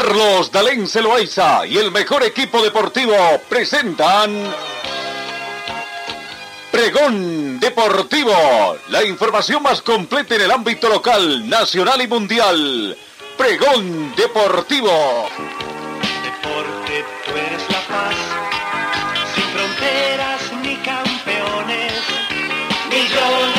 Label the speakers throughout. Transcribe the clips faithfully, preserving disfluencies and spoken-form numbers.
Speaker 1: Carlos Dalén Celoaiza y el mejor equipo deportivo presentan Pregón Deportivo, la información más completa en el ámbito local, nacional y mundial. Pregón Deportivo.
Speaker 2: Deporte, tú eres la paz, sin fronteras ni campeones, millones.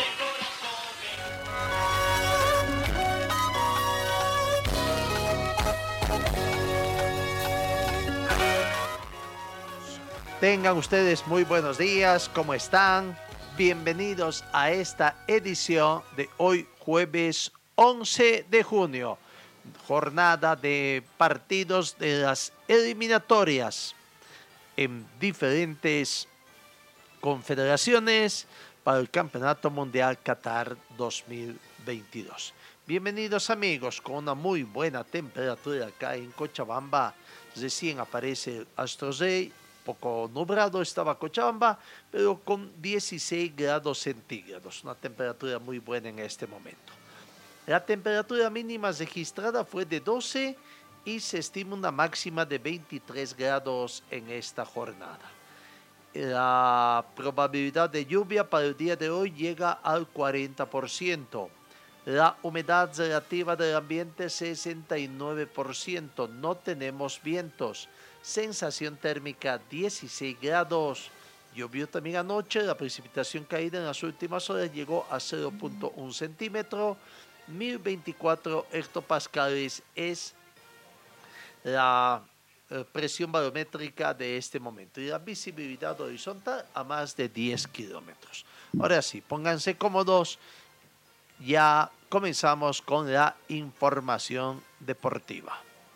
Speaker 3: Tengan ustedes muy buenos días, ¿cómo están? Bienvenidos a esta edición de hoy jueves once de junio, jornada de partidos de las eliminatorias en diferentes confederaciones para el Campeonato Mundial Qatar dos mil veintidós. Bienvenidos amigos, con una muy buena temperatura acá en Cochabamba, recién aparece el Astro Rey. Poco nublado estaba Cochabamba, pero con dieciséis grados centígrados, una temperatura muy buena en este momento. La temperatura mínima registrada fue de doce y se estima una máxima de veintitrés grados en esta jornada. La probabilidad de lluvia para el día de hoy llega al cuarenta por ciento. La humedad relativa del ambiente sesenta y nueve por ciento. No tenemos vientos. Sensación térmica dieciséis grados. Llovió también anoche. La precipitación caída en las últimas horas llegó a cero punto uno centímetro. mil veinticuatro hectopascales es la presión barométrica de este momento. Y la visibilidad horizontal a más de diez kilómetros. Ahora sí, pónganse cómodos. Ya comenzamos con la información deportiva.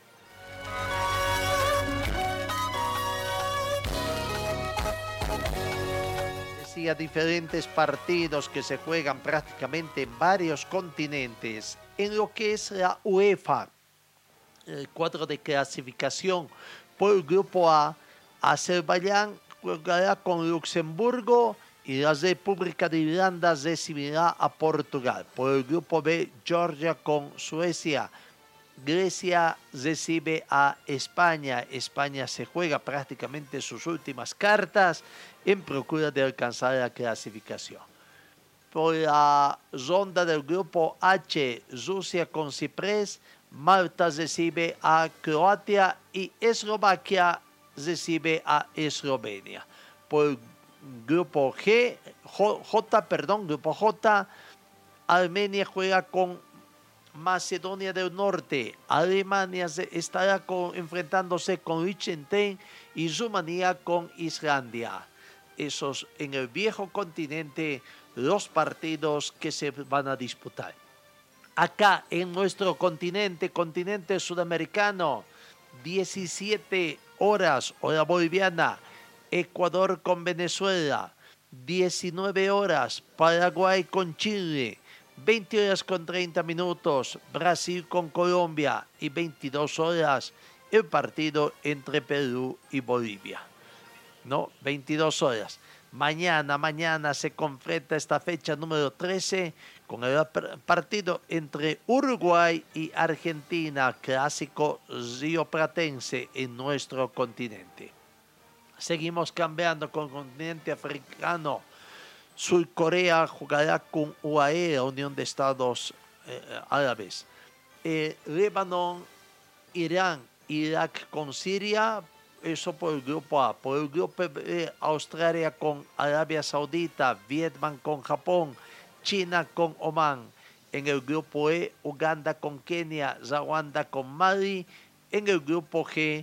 Speaker 3: A diferentes partidos que se juegan prácticamente en varios continentes en lo que es la UEFA. El cuadro de clasificación por el grupo A, Azerbaiyán jugará con Luxemburgo y la República de Irlanda recibirá a Portugal. Por el grupo B, Georgia con Suecia. Grecia recibe a España. España se juega prácticamente sus últimas cartas en procura de alcanzar la clasificación. Por la ronda del grupo H, Rusia con Ciprés, Malta recibe a Croacia y Eslovaquia recibe a Eslovenia. Por el grupo G, J, J, perdón, grupo J, Armenia juega con Macedonia del Norte. Alemania estará con, enfrentándose con Liechtenstein y Rumanía con Islandia. Esos en el viejo continente, los partidos que se van a disputar. Acá en nuestro continente, continente sudamericano, diecisiete horas, hora boliviana, Ecuador con Venezuela, diecinueve horas, Paraguay con Chile, veinte horas con treinta minutos, Brasil con Colombia y veintidós horas, el partido entre Perú y Bolivia. No, veintidós horas. Mañana, mañana se completa esta fecha número trece con el partido entre Uruguay y Argentina, clásico rioplatense en nuestro continente. Seguimos cambiando con el continente africano. Surcorea jugará con U A E, la Unión de Estados eh, Árabes. Eh, Líbano, Irán, Irak con Siria. Eso por el grupo A. Por el grupo B, Australia con Arabia Saudita, Vietnam con Japón, China con Omán. En el grupo E, Uganda con Kenia, Ruanda con Mali. En el grupo G,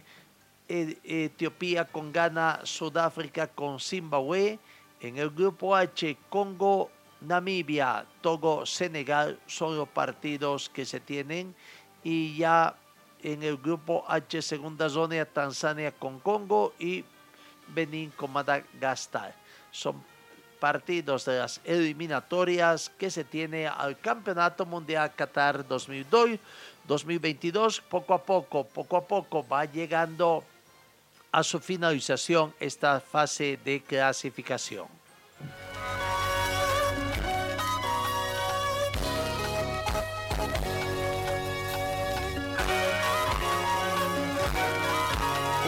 Speaker 3: Etiopía con Ghana, Sudáfrica con Zimbabue. En el grupo H, Congo, Namibia, Togo, Senegal son los partidos que se tienen. Y ya en el grupo H, segunda zona, Tanzania con Congo y Benín con Madagascar. Son partidos de las eliminatorias que se tiene al Campeonato Mundial Qatar dos mil veintidós. Poco a poco, poco a poco va llegando a su finalización esta fase de clasificación.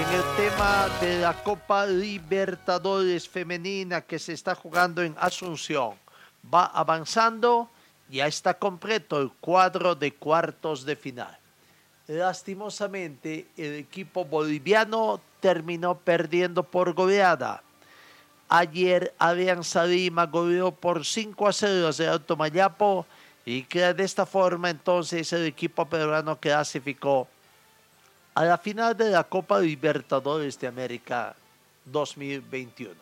Speaker 3: En el tema de la Copa Libertadores femenina que se está jugando en Asunción, va avanzando, ya está completo el cuadro de cuartos de final. Lastimosamente, el equipo boliviano terminó perdiendo por goleada. Ayer Alianza Lima goleó por cinco a cero de Alto Mayapo y que de esta forma entonces el equipo peruano clasificó a la final de la Copa Libertadores de América dos mil veintiuno.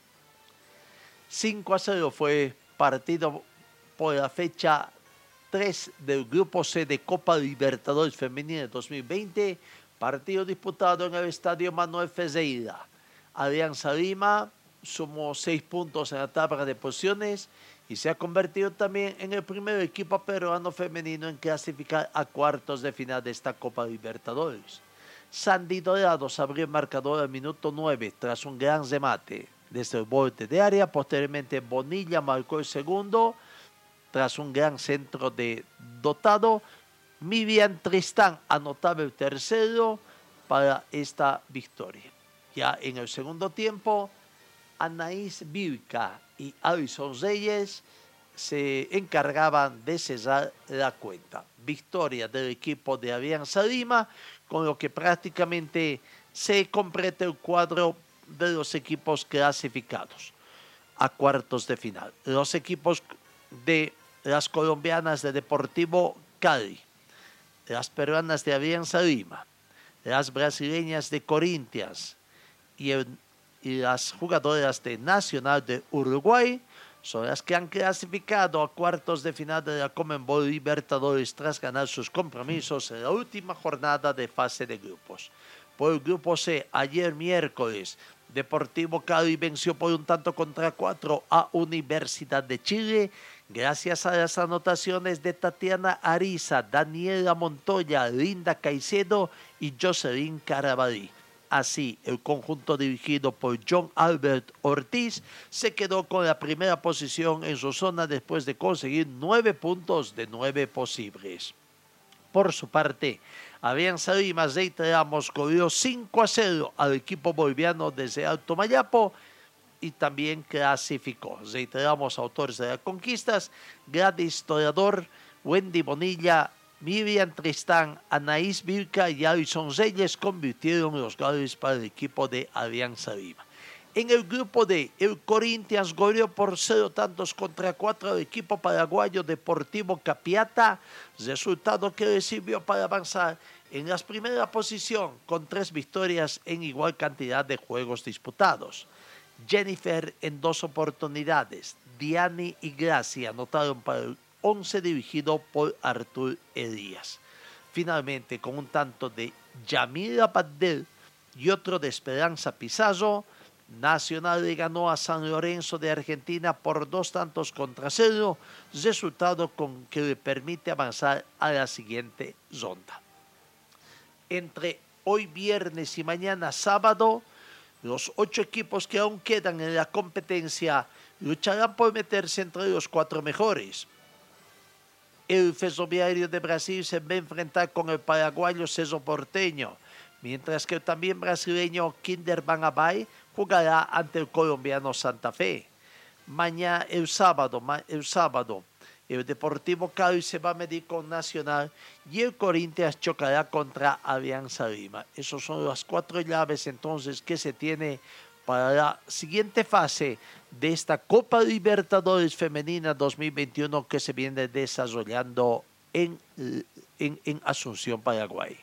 Speaker 3: cinco a cero fue partido por la fecha tres del Grupo C de Copa Libertadores Femenina dos mil veinte, partido disputado en el Estadio Manuel Ferreira. Alianza Lima sumó seis puntos en la tabla de posiciones y se ha convertido también en el primer equipo peruano femenino en clasificar a cuartos de final de esta Copa Libertadores. Sandy Dorados abrió el marcador al minuto nueve tras un gran remate desde el borde de área. Posteriormente Bonilla marcó el segundo tras un gran centro de Dotado. Miriam Tristán anotaba el tercero para esta victoria. Ya en el segundo tiempo, Anaís Vilca y Alison Reyes se encargaban de cerrar la cuenta. Victoria del equipo de Alianza Lima, con lo que prácticamente se completa el cuadro de los equipos clasificados a cuartos de final. Los equipos de las colombianas de Deportivo Cali, las peruanas de Alianza Lima, las brasileñas de Corinthians y, el, y las jugadoras de Nacional de Uruguay son las que han clasificado a cuartos de final de la Conmebol Libertadores tras ganar sus compromisos en la última jornada de fase de grupos. Por el grupo C, ayer miércoles, Deportivo Cali venció por un tanto contra cuatro a Universidad de Chile, gracias a las anotaciones de Tatiana Ariza, Daniela Montoya, Linda Caicedo y Jocelyn Carabalí. Así, el conjunto dirigido por John Albert Ortiz se quedó con la primera posición en su zona después de conseguir nueve puntos de nueve posibles. Por su parte, Alianza Lima, reiteramos, goleó cinco a cero al equipo boliviano desde Alto Mayapo y también clasificó. Reiteramos, autores de las conquistas: Gladys Torador, Wendy Bonilla, Miriam Tristán, Anaís Vilca y Alison Reyes convirtieron los goles para el equipo de Alianza Lima. En el grupo D, el Corinthians goleó por cero tantos contra cuatro al equipo paraguayo Deportivo Capiata, resultado que le sirvió para avanzar en la primera posición con tres victorias en igual cantidad de juegos disputados. Jennifer en dos oportunidades, Diani y Gracia anotaron para el once dirigido por Artur Elías. Finalmente, con un tanto de Yamila Badel y otro de Esperanza Pizarro, Nacional le ganó a San Lorenzo de Argentina por dos tantos contra cero, resultado con que le permite avanzar a la siguiente ronda. Entre hoy viernes y mañana sábado, los ocho equipos que aún quedan en la competencia lucharán por meterse entre los cuatro mejores. El Ferroviario de Brasil se va a enfrentar con el paraguayo Cerro Porteño, mientras que el también brasileño Kinder Banabay jugará ante el colombiano Santa Fe. Mañana, el sábado, el sábado, el Deportivo Cali se va a medir con Nacional y el Corinthians chocará contra Alianza Lima. Esas son las cuatro llaves entonces que se tiene para la siguiente fase de esta Copa Libertadores Femenina dos mil veintiuno que se viene desarrollando en, en, en Asunción, Paraguay.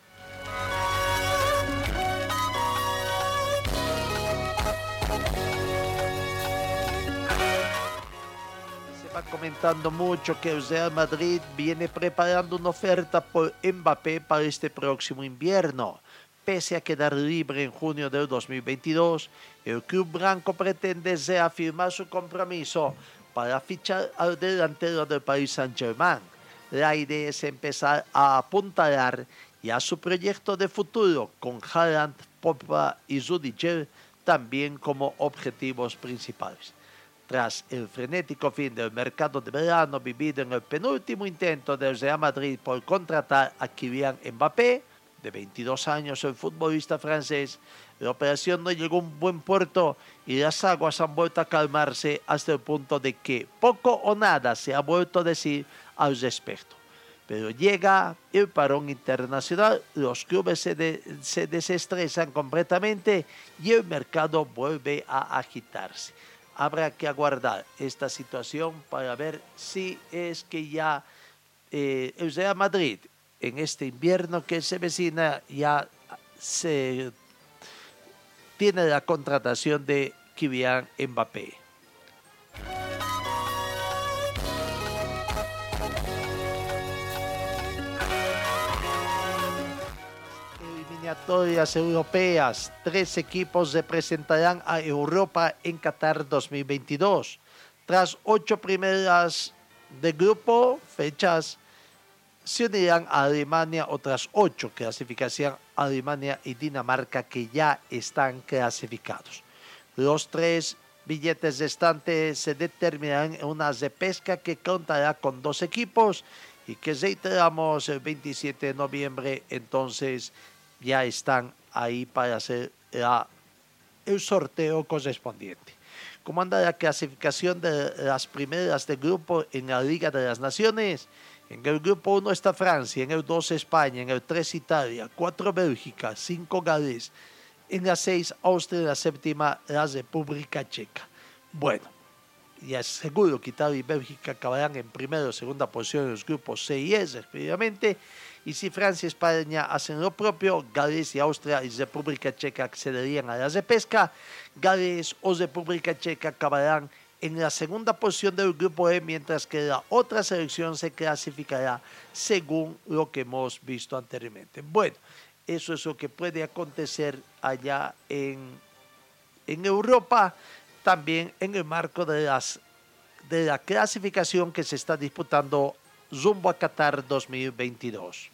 Speaker 3: Se va comentando mucho que el Real Madrid viene preparando una oferta por Mbappé para este próximo invierno. Pese a quedar libre en junio del dos mil veintidós, el club blanco pretende reafirmar su compromiso para fichar al delantero del Paris Saint-Germain. La idea es empezar a apuntalar ya su proyecto de futuro con Haaland, Pogba y Rudiger también como objetivos principales. Tras el frenético fin del mercado de verano vivido en el penúltimo intento del Real Madrid por contratar a Kylian Mbappé, de veintidós años, el futbolista francés. La operación no llegó a un buen puerto y las aguas han vuelto a calmarse hasta el punto de que poco o nada se ha vuelto a decir al respecto. Pero llega el parón internacional, los clubes se, de, se desestresan completamente y el mercado vuelve a agitarse. Habrá que aguardar esta situación para ver si es que ya eh, el Real Madrid en este invierno que se vecina ya se tiene la contratación de Kylian Mbappé. Eliminatorias europeas, tres equipos representarán a Europa en Qatar dos mil veintidós. Tras ocho primeras de grupo, fechas, se unirán a Alemania otras ocho, clasificación Alemania y Dinamarca, que ya están clasificados. Los tres billetes restantes se determinarán en una repesca que contará con dos equipos y que reiteramos el veintisiete de noviembre, entonces ya están ahí para hacer la, el sorteo correspondiente. ¿Cómo anda la clasificación de las primeras de grupo en la Liga de las Naciones? En el grupo uno está Francia, en el dos España, en el tres Italia, cuatro Bélgica, cinco Gales, en la seis Austria, en la séptima la República Checa. Bueno, ya es seguro que Italia y Bélgica acabarán en primera o segunda posición en los grupos C y E respectivamente. Y si Francia y España hacen lo propio, Gales y Austria y República Checa accederían a la repesca. Gales o República Checa acabarán en la segunda posición del grupo E, mientras que la otra selección se clasificará según lo que hemos visto anteriormente. Bueno, eso es lo que puede acontecer allá en, en Europa, también en el marco de, las, de la clasificación que se está disputando rumbo a Qatar dos mil veintidós.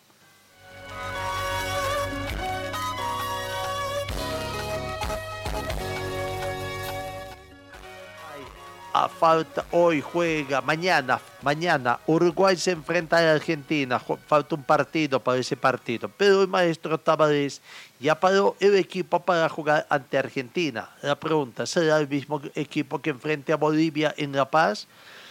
Speaker 3: A falta, hoy juega, mañana, mañana Uruguay se enfrenta a Argentina, falta un partido para ese partido, pero el maestro Tavares ya paró el equipo para jugar ante Argentina. La pregunta, ¿será el mismo equipo que enfrente a Bolivia en La Paz?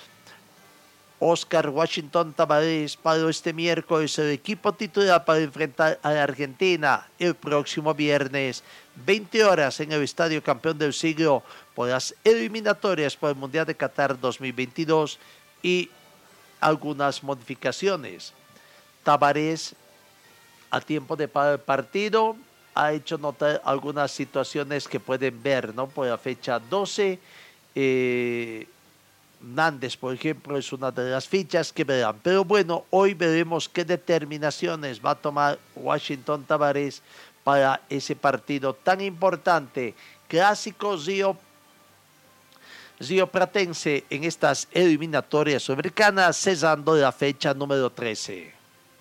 Speaker 3: Oscar Washington Tavares paró este miércoles el equipo titular para enfrentar a la Argentina el próximo viernes, veinte horas en el Estadio Campeón del Siglo, por las eliminatorias por el Mundial de Qatar dos mil veintidós y algunas modificaciones. Tavares, a tiempo de parar el partido, ha hecho notar algunas situaciones que pueden ver, ¿no? Por la fecha doce, eh, Nández, por ejemplo, es una de las fichas que verán. Pero bueno, hoy veremos qué determinaciones va a tomar Washington Tavares para ese partido tan importante. Clásico Río Río Platense en estas eliminatorias sudamericanas, cesando la fecha número trece.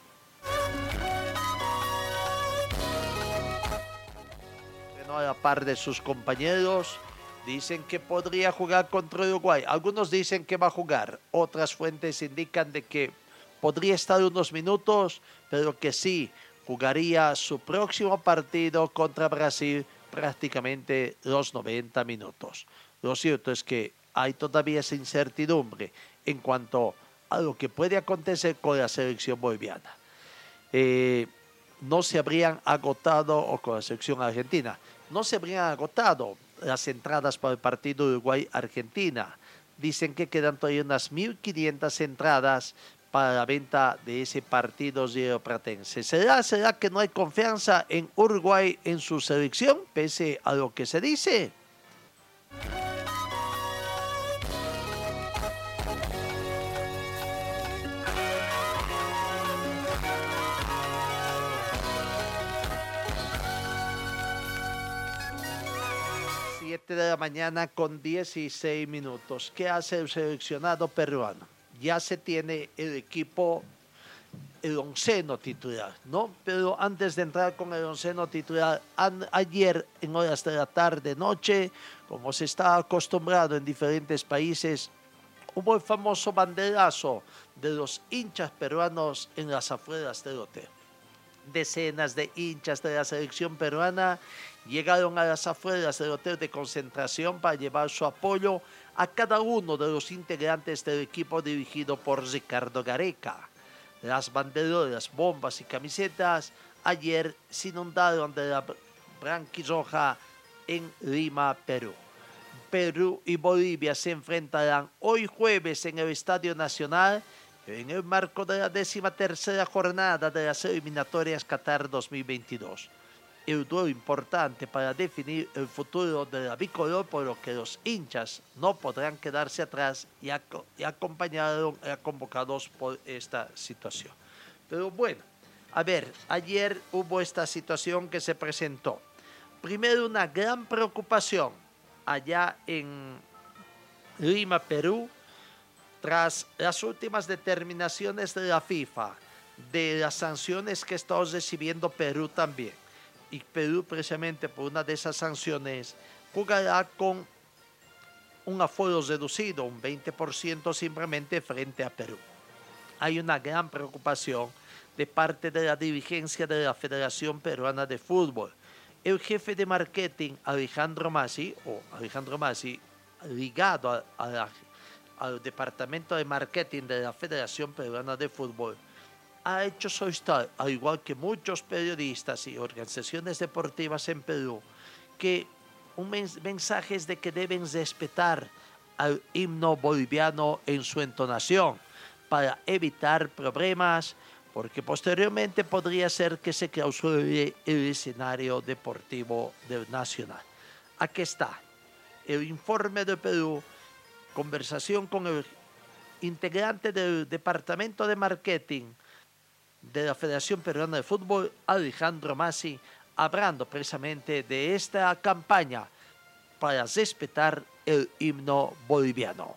Speaker 3: Bueno, a la par de sus compañeros, dicen que podría jugar contra Uruguay. Algunos dicen que va a jugar. Otras fuentes indican de que podría estar unos minutos, pero que sí jugaría su próximo partido contra Brasil prácticamente los noventa minutos. Lo cierto es que hay todavía esa incertidumbre en cuanto a lo que puede acontecer con la selección boliviana. Eh, no se habrían agotado, o con la selección argentina, no se habrían agotado las entradas para el partido Uruguay-Argentina. Dicen que quedan todavía unas mil quinientas entradas para la venta de ese partido rioplatense. ¿Será, ¿Será que no hay confianza en Uruguay en su selección, pese a lo que se dice? siete de la mañana con dieciséis minutos. ¿Qué hace el seleccionado peruano? Ya se tiene el equipo, el onceno titular, ¿no? Pero antes de entrar con el onceno titular, an, ayer en horas de la tarde, noche, como se está acostumbrado en diferentes países, hubo el famoso banderazo de los hinchas peruanos en las afueras del hotel. Decenas de hinchas de la selección peruana llegaron a las afueras del hotel de concentración para llevar su apoyo a cada uno de los integrantes del equipo dirigido por Ricardo Gareca. Las banderolas, bombas y camisetas ayer se inundaron de la blanquirroja en Lima, Perú. Perú y Bolivia se enfrentarán hoy jueves en el Estadio Nacional en el marco de la décima tercera jornada de las eliminatorias Qatar dos mil veintidós. El duelo importante para definir el futuro de la bicolor, por lo que los hinchas no podrán quedarse atrás y, ac y acompañaron a convocados por esta situación. Pero bueno, a ver, ayer hubo esta situación que se presentó. Primero, una gran preocupación allá en Lima, Perú, tras las últimas determinaciones de la FIFA, de las sanciones que está recibiendo Perú también. Y Perú, precisamente por una de esas sanciones, jugará con un aforo reducido, un veinte por ciento simplemente frente a Perú. Hay una gran preocupación de parte de la dirigencia de la Federación Peruana de Fútbol. El jefe de marketing, Alejandro Masi, o Alejandro Masi, ligado a, a la al Departamento de Marketing de la Federación Peruana de Fútbol, ha hecho solicitar, al igual que muchos periodistas y organizaciones deportivas en Perú, que un mens mensajes de que deben respetar al himno boliviano en su entonación para evitar problemas, porque posteriormente podría ser que se clausure el escenario deportivo del Nacional. Aquí está el informe de Perú, conversación con el integrante del Departamento de Marketing de la Federación Peruana de Fútbol, Alejandro Masi, hablando precisamente de esta campaña para respetar el himno boliviano.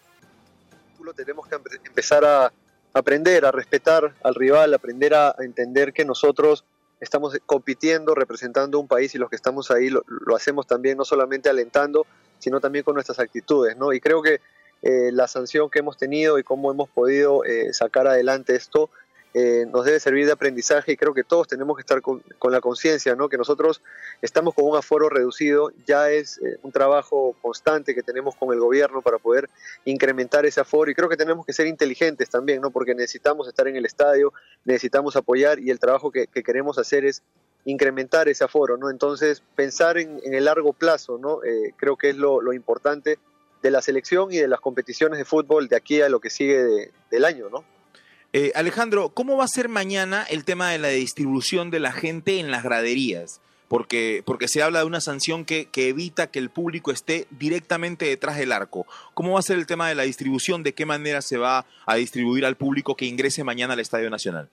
Speaker 4: Tenemos que empezar a aprender a respetar al rival, aprender a entender que nosotros estamos compitiendo, representando un país, y los que estamos ahí lo, lo hacemos también no solamente alentando, sino también con nuestras actitudes, ¿no? Y creo que eh, la sanción que hemos tenido y cómo hemos podido eh, sacar adelante esto eh, nos debe servir de aprendizaje, y creo que todos tenemos que estar con, con la conciencia, ¿no? Que nosotros estamos con un aforo reducido, ya es eh, un trabajo constante que tenemos con el gobierno para poder incrementar ese aforo, y creo que tenemos que ser inteligentes también, ¿no? Porque necesitamos estar en el estadio, necesitamos apoyar, y el trabajo que, que queremos hacer es incrementar ese aforo, ¿no? Entonces, pensar en, en el largo plazo, ¿no? Eh, creo que es lo, lo importante de la selección y de las competiciones de fútbol de aquí a lo que sigue de, del año, ¿no?
Speaker 5: Eh, Alejandro, ¿cómo va a ser mañana el tema de la distribución de la gente en las graderías? Porque, porque se habla de una sanción que, que evita que el público esté directamente detrás del arco. ¿Cómo va a ser el tema de la distribución? ¿De qué manera se va a distribuir al público que ingrese mañana al Estadio Nacional?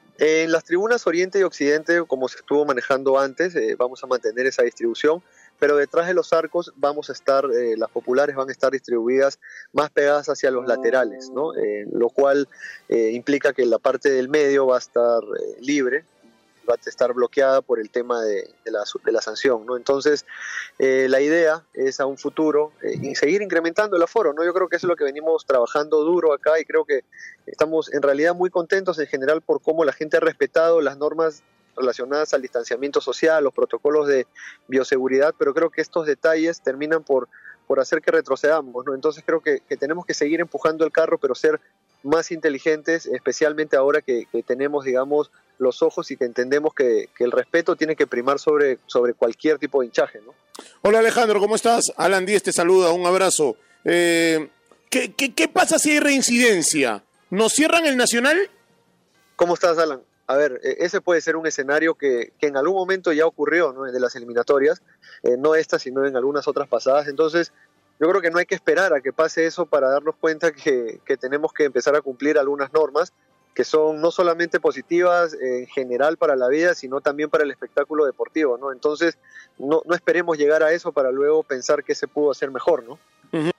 Speaker 4: En las tribunas Oriente y Occidente, como se estuvo manejando antes, eh, vamos a mantener esa distribución, pero detrás de los arcos vamos a estar, eh, las populares van a estar distribuidas más pegadas hacia los laterales, ¿no? Eh, lo cual eh, implica que la parte del medio va a estar eh, libre, va a estar bloqueada por el tema de, de, la, de la sanción, ¿no? Entonces, eh, la idea es a un futuro eh, seguir incrementando el aforo, ¿no? Yo creo que eso es lo que venimos trabajando duro acá, y creo que estamos en realidad muy contentos en general por cómo la gente ha respetado las normas relacionadas al distanciamiento social, los protocolos de bioseguridad, pero creo que estos detalles terminan por, por hacer que retrocedamos, ¿no? Entonces creo que, que tenemos que seguir empujando el carro, pero ser más inteligentes, especialmente ahora que, que tenemos, digamos, los ojos y que entendemos que, que el respeto tiene que primar sobre, sobre cualquier tipo de hinchaje, ¿no?
Speaker 6: Hola Alejandro, ¿cómo estás? Alan Díez te saluda, un abrazo. Eh, ¿qué, qué, ¿Qué pasa si hay reincidencia? ¿Nos cierran el Nacional?
Speaker 4: ¿Cómo estás, Alan? A ver, ese puede ser un escenario que, que en algún momento ya ocurrió, ¿no? De las eliminatorias, eh, no esta, sino en algunas otras pasadas. Entonces, yo creo que no hay que esperar a que pase eso para darnos cuenta que, que tenemos que empezar a cumplir algunas normas que son no solamente positivas en general para la vida, sino también para el espectáculo deportivo, ¿no? Entonces, no, no esperemos llegar a eso para luego pensar que se pudo hacer mejor, ¿no?
Speaker 3: Uh-huh.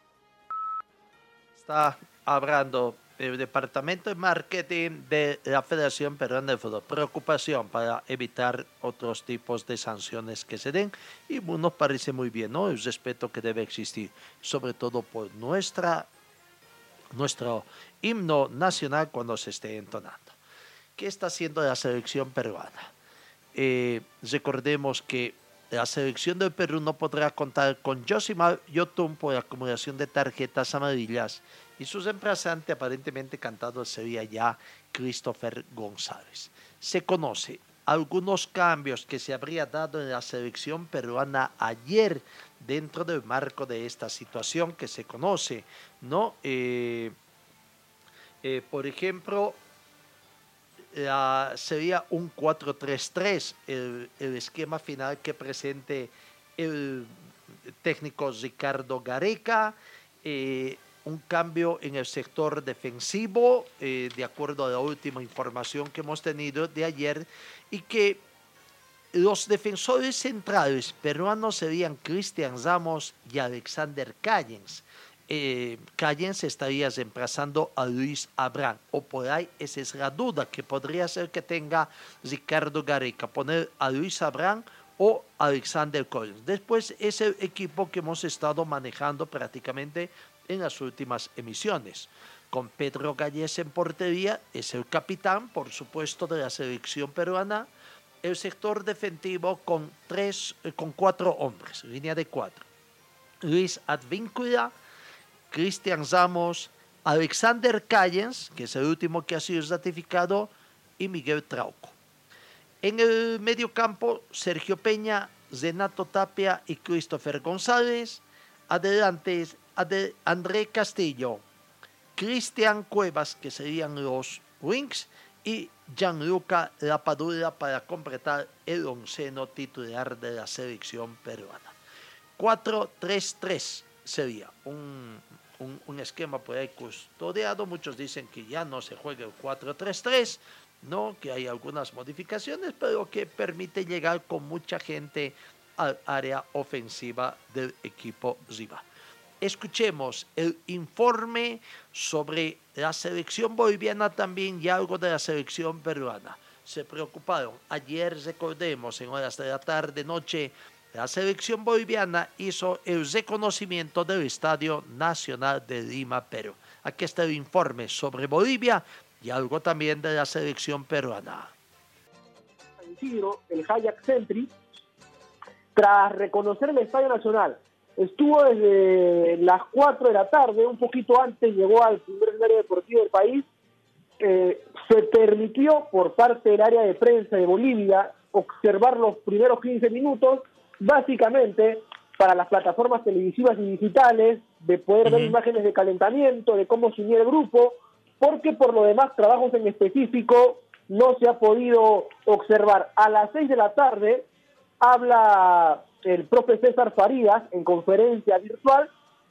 Speaker 3: Está hablando el Departamento de Marketing de la Federación Peruana de Fútbol. Preocupación para evitar otros tipos de sanciones que se den, y nos parece muy bien, ¿no? El respeto que debe existir, sobre todo por nuestra, nuestro himno nacional cuando se esté entonando. ¿qué está haciendo la selección peruana? Eh, recordemos que la selección del Perú no podrá contar con Josimar Yotun por acumulación de tarjetas amarillas y su reemplazante aparentemente cantado sería ya Christopher González. Se conoce algunos cambios que se habría dado en la selección peruana ayer dentro del marco de esta situación que se conoce, ¿no? Eh, eh, por ejemplo, la, sería un cuatro tres tres el, el esquema final que presente el técnico Ricardo Gareca, eh, un cambio en el sector defensivo, eh, de acuerdo a la última información que hemos tenido de ayer, y que los defensores centrales peruanos serían Cristian Ramos y Alexander Callens. Eh, Callens estaría reemplazando a Luis Abrán, o por ahí esa es la duda que podría ser que tenga Ricardo Gareca, poner a Luis Abrán o Alexander Callens. Después es el equipo que hemos estado manejando prácticamente en las últimas emisiones, con Pedro Gallés en portería, es el capitán, por supuesto, de la selección peruana. El sector defensivo con tres, con cuatro hombres, línea de cuatro. Luis Advíncula, Cristian Ramos, Alexander Callens, que es el último que ha sido ratificado, y Miguel Trauco. En el mediocampo, Sergio Peña, Renato Tapia y Christopher González. Adelante, Ade, André Castillo, Cristian Cuevas, que serían los wings, y Gianluca Lapadula para completar el onceno titular de la selección peruana. cuatro tres tres sería un, un, un esquema por ahí custodiado. Muchos dicen que ya no se juega el cuatro tres tres, no, que hay algunas modificaciones, pero que permite llegar con mucha gente al área ofensiva del equipo rival. Escuchemos el informe sobre la selección boliviana también y algo de la selección peruana. Se preocuparon. Ayer, recordemos, en horas de la tarde, noche, la selección boliviana hizo el reconocimiento del Estadio Nacional de Lima, Perú. Aquí está el informe sobre Bolivia y algo también de la selección peruana.
Speaker 7: San Isidro, el Hayak Centri, tras reconocer el Estadio Nacional, estuvo desde las cuatro de la tarde, un poquito antes llegó al primer escenario deportivo del país. Eh, se permitió por parte del área de prensa de Bolivia observar los primeros quince minutos, básicamente para las plataformas televisivas y digitales, de poder uh-huh. ver imágenes de calentamiento, de cómo se unía el grupo, porque por lo demás trabajos en específico no se ha podido observar. A las seis de la tarde habla el profe César Farías en conferencia virtual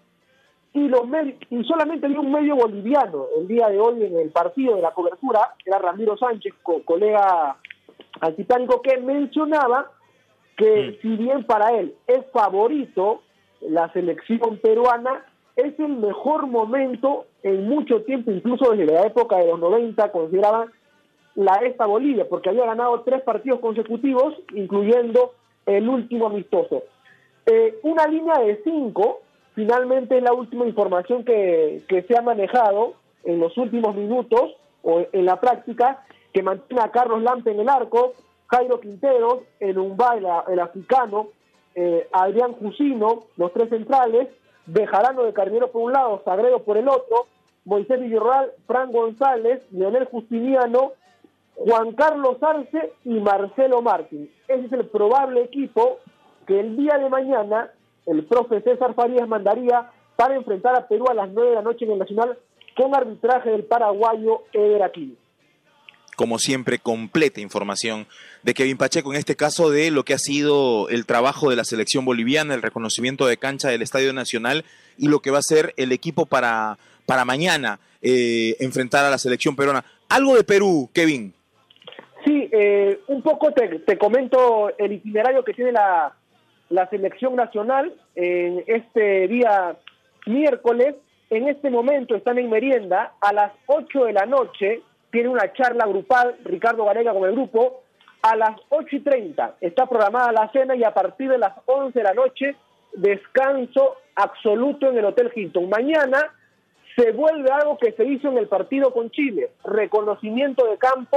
Speaker 7: y, los med- y solamente había un medio boliviano el día de hoy en el partido de la cobertura, era Ramiro Sánchez, co- colega altitánico, que mencionaba que mm. si bien para él es favorito la selección peruana, es el mejor momento en mucho tiempo, incluso desde la época de los noventa, consideraban la esta Bolivia, porque había ganado tres partidos consecutivos, incluyendo el último amistoso. Eh, una línea de cinco, finalmente es la última información que, que se ha manejado en los últimos minutos, o en la práctica, que mantiene a Carlos Lampe en el arco, Jairo Quinteros, el Umbá, el, el africano, eh, Adrián Jusino, los tres centrales, Bejarano de Carniero por un lado, Sagredo por el otro, Moisés Villarreal, Fran González, Leonel Justiniano, Juan Carlos Arce y Marcelo Martín. Ese es el probable equipo que el día de mañana el profe César Farías mandaría para enfrentar a Perú a las nueve de la noche en el Nacional con arbitraje del paraguayo Eder Aquino.
Speaker 5: Como siempre, completa información de Kevin Pacheco, en este caso de lo que ha sido el trabajo de la selección boliviana, el reconocimiento de cancha del Estadio Nacional y lo que va a ser el equipo para, para mañana eh, enfrentar a la selección peruana. Algo de Perú, Kevin.
Speaker 7: Sí, eh, un poco te, te comento el itinerario que tiene la, la selección nacional en este día miércoles. En este momento están en merienda. A las ocho de la noche tiene una charla grupal Ricardo Gareca con el grupo. A las ocho y treinta está programada la cena y a partir de las once de la noche descanso absoluto en el Hotel Hilton. Mañana se vuelve algo que se hizo en el partido con Chile, reconocimiento de campo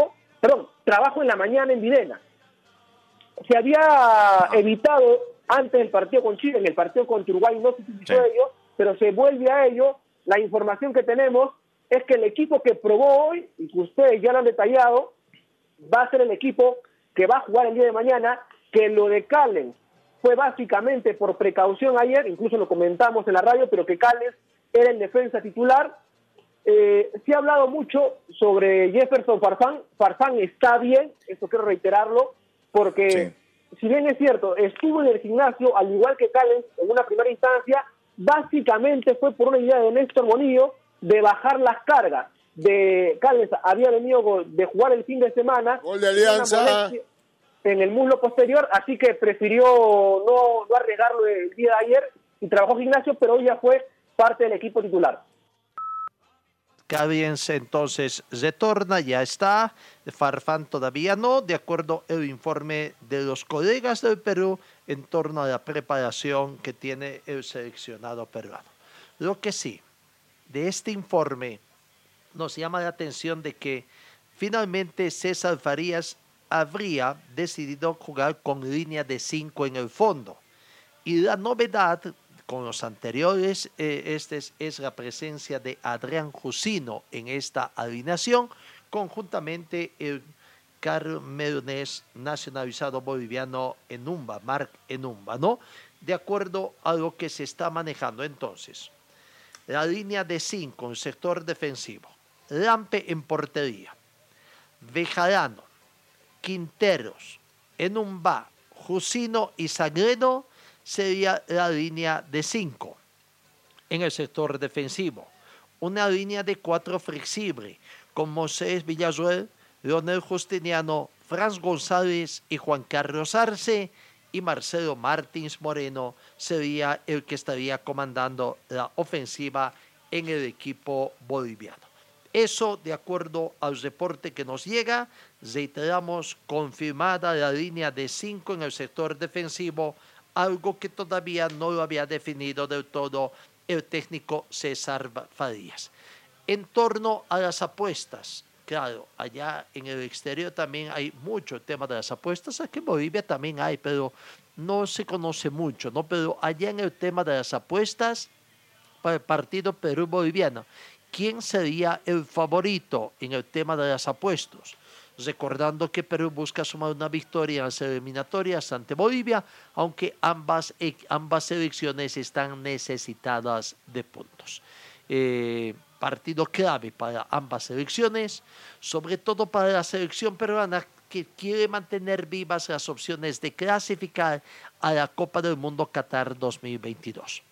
Speaker 7: perdón, trabajo en la mañana en Videna. Se había evitado antes del partido con Chile, en el partido contra Uruguay no se utilizó
Speaker 5: Sí.
Speaker 7: ello, pero se vuelve a ello. La información que tenemos es que el equipo que probó hoy, y que ustedes ya lo han detallado, va a ser el equipo que va a jugar el día de mañana, que lo de Callens fue básicamente por precaución ayer, incluso lo comentamos en la radio, pero que Callens era el defensa titular. Eh, se ha hablado mucho sobre Jefferson Farfán. Farfán está bien, eso quiero reiterarlo, porque
Speaker 5: Sí.
Speaker 7: si bien es cierto, estuvo en el gimnasio, al igual que Callens, en una primera instancia, básicamente fue por una idea de Néstor Bonillo de bajar las cargas. De Callens había venido de jugar el fin de semana.
Speaker 6: Gol de Alianza.
Speaker 7: Una molestia en el muslo posterior, así que prefirió no, no arriesgarlo el día de ayer y trabajó gimnasio, pero hoy ya fue parte del equipo titular.
Speaker 3: Callens entonces retorna, ya está. Farfán todavía no, de acuerdo al informe de los colegas del Perú en torno a la preparación que tiene el seleccionado peruano. Lo que sí, de este informe nos llama la atención de que finalmente César Farías habría decidido jugar con línea de cinco en el fondo. Y la novedad con los anteriores eh, este es, es la presencia de Adrián Jusino en esta alineación, conjuntamente el camerunés nacionalizado boliviano Enumba, Marc Enumba, ¿no? De acuerdo a lo que se está manejando entonces. La línea de cinco en el sector defensivo. Lampe en portería. Bejarano, Quinteros, Enumba, Jusino y Sagredo sería la línea de cinco. En el sector defensivo, una línea de cuatro flexible con Moisés Villarroel, Leonel Justiniano, Franz González y Juan Carlos Arce, y Marcelo Martins Moreno sería el que estaría comandando la ofensiva en el equipo boliviano. Eso de acuerdo al reporte que nos llega, reiteramos, confirmada la línea de cinco en el sector defensivo, algo que todavía no lo había definido del todo el técnico César Farías. En torno a las apuestas, claro, allá en el exterior también hay mucho tema de las apuestas, aquí en Bolivia también hay, pero no se conoce mucho, ¿no? Pero allá en el tema de las apuestas para el partido Perú-Boliviano, ¿quién sería el favorito en el tema de las apuestas? Recordando que Perú busca sumar una victoria en las eliminatorias ante Bolivia, aunque ambas, ambas selecciones están necesitadas de puntos. Eh, partido clave para ambas selecciones, sobre todo para la selección peruana que quiere mantener vivas las opciones de clasificar a la Copa del Mundo Qatar dos mil veintidós.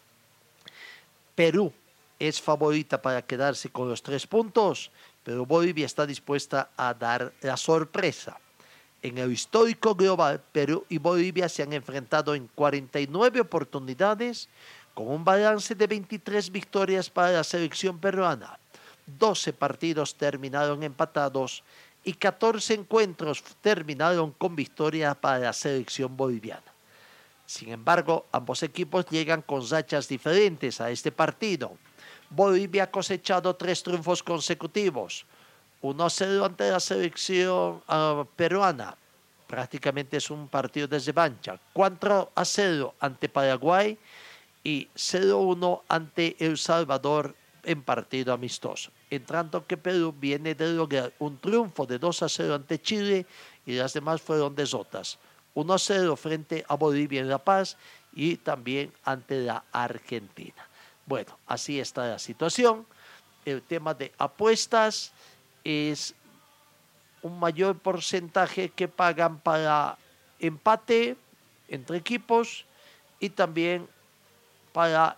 Speaker 3: Perú es favorita para quedarse con los tres puntos, pero Bolivia está dispuesta a dar la sorpresa. En el histórico global, Perú y Bolivia se han enfrentado en cuarenta y nueve oportunidades, con un balance de veintitrés victorias para la selección peruana. doce partidos terminaron empatados y catorce encuentros terminaron con victoria para la selección boliviana. Sin embargo, ambos equipos llegan con rachas diferentes a este partido. Bolivia ha cosechado tres triunfos consecutivos, uno a cero ante la selección uh, peruana, prácticamente es un partido de revancha, cuatro a cero ante Paraguay y cero a uno ante El Salvador en partido amistoso. En tanto que Perú viene de lograr un triunfo de dos a cero ante Chile y las demás fueron derrotas, uno a cero frente a Bolivia en La Paz y también ante la Argentina. Bueno, así está la situación. El tema de apuestas es un mayor porcentaje que pagan para empate entre equipos y también para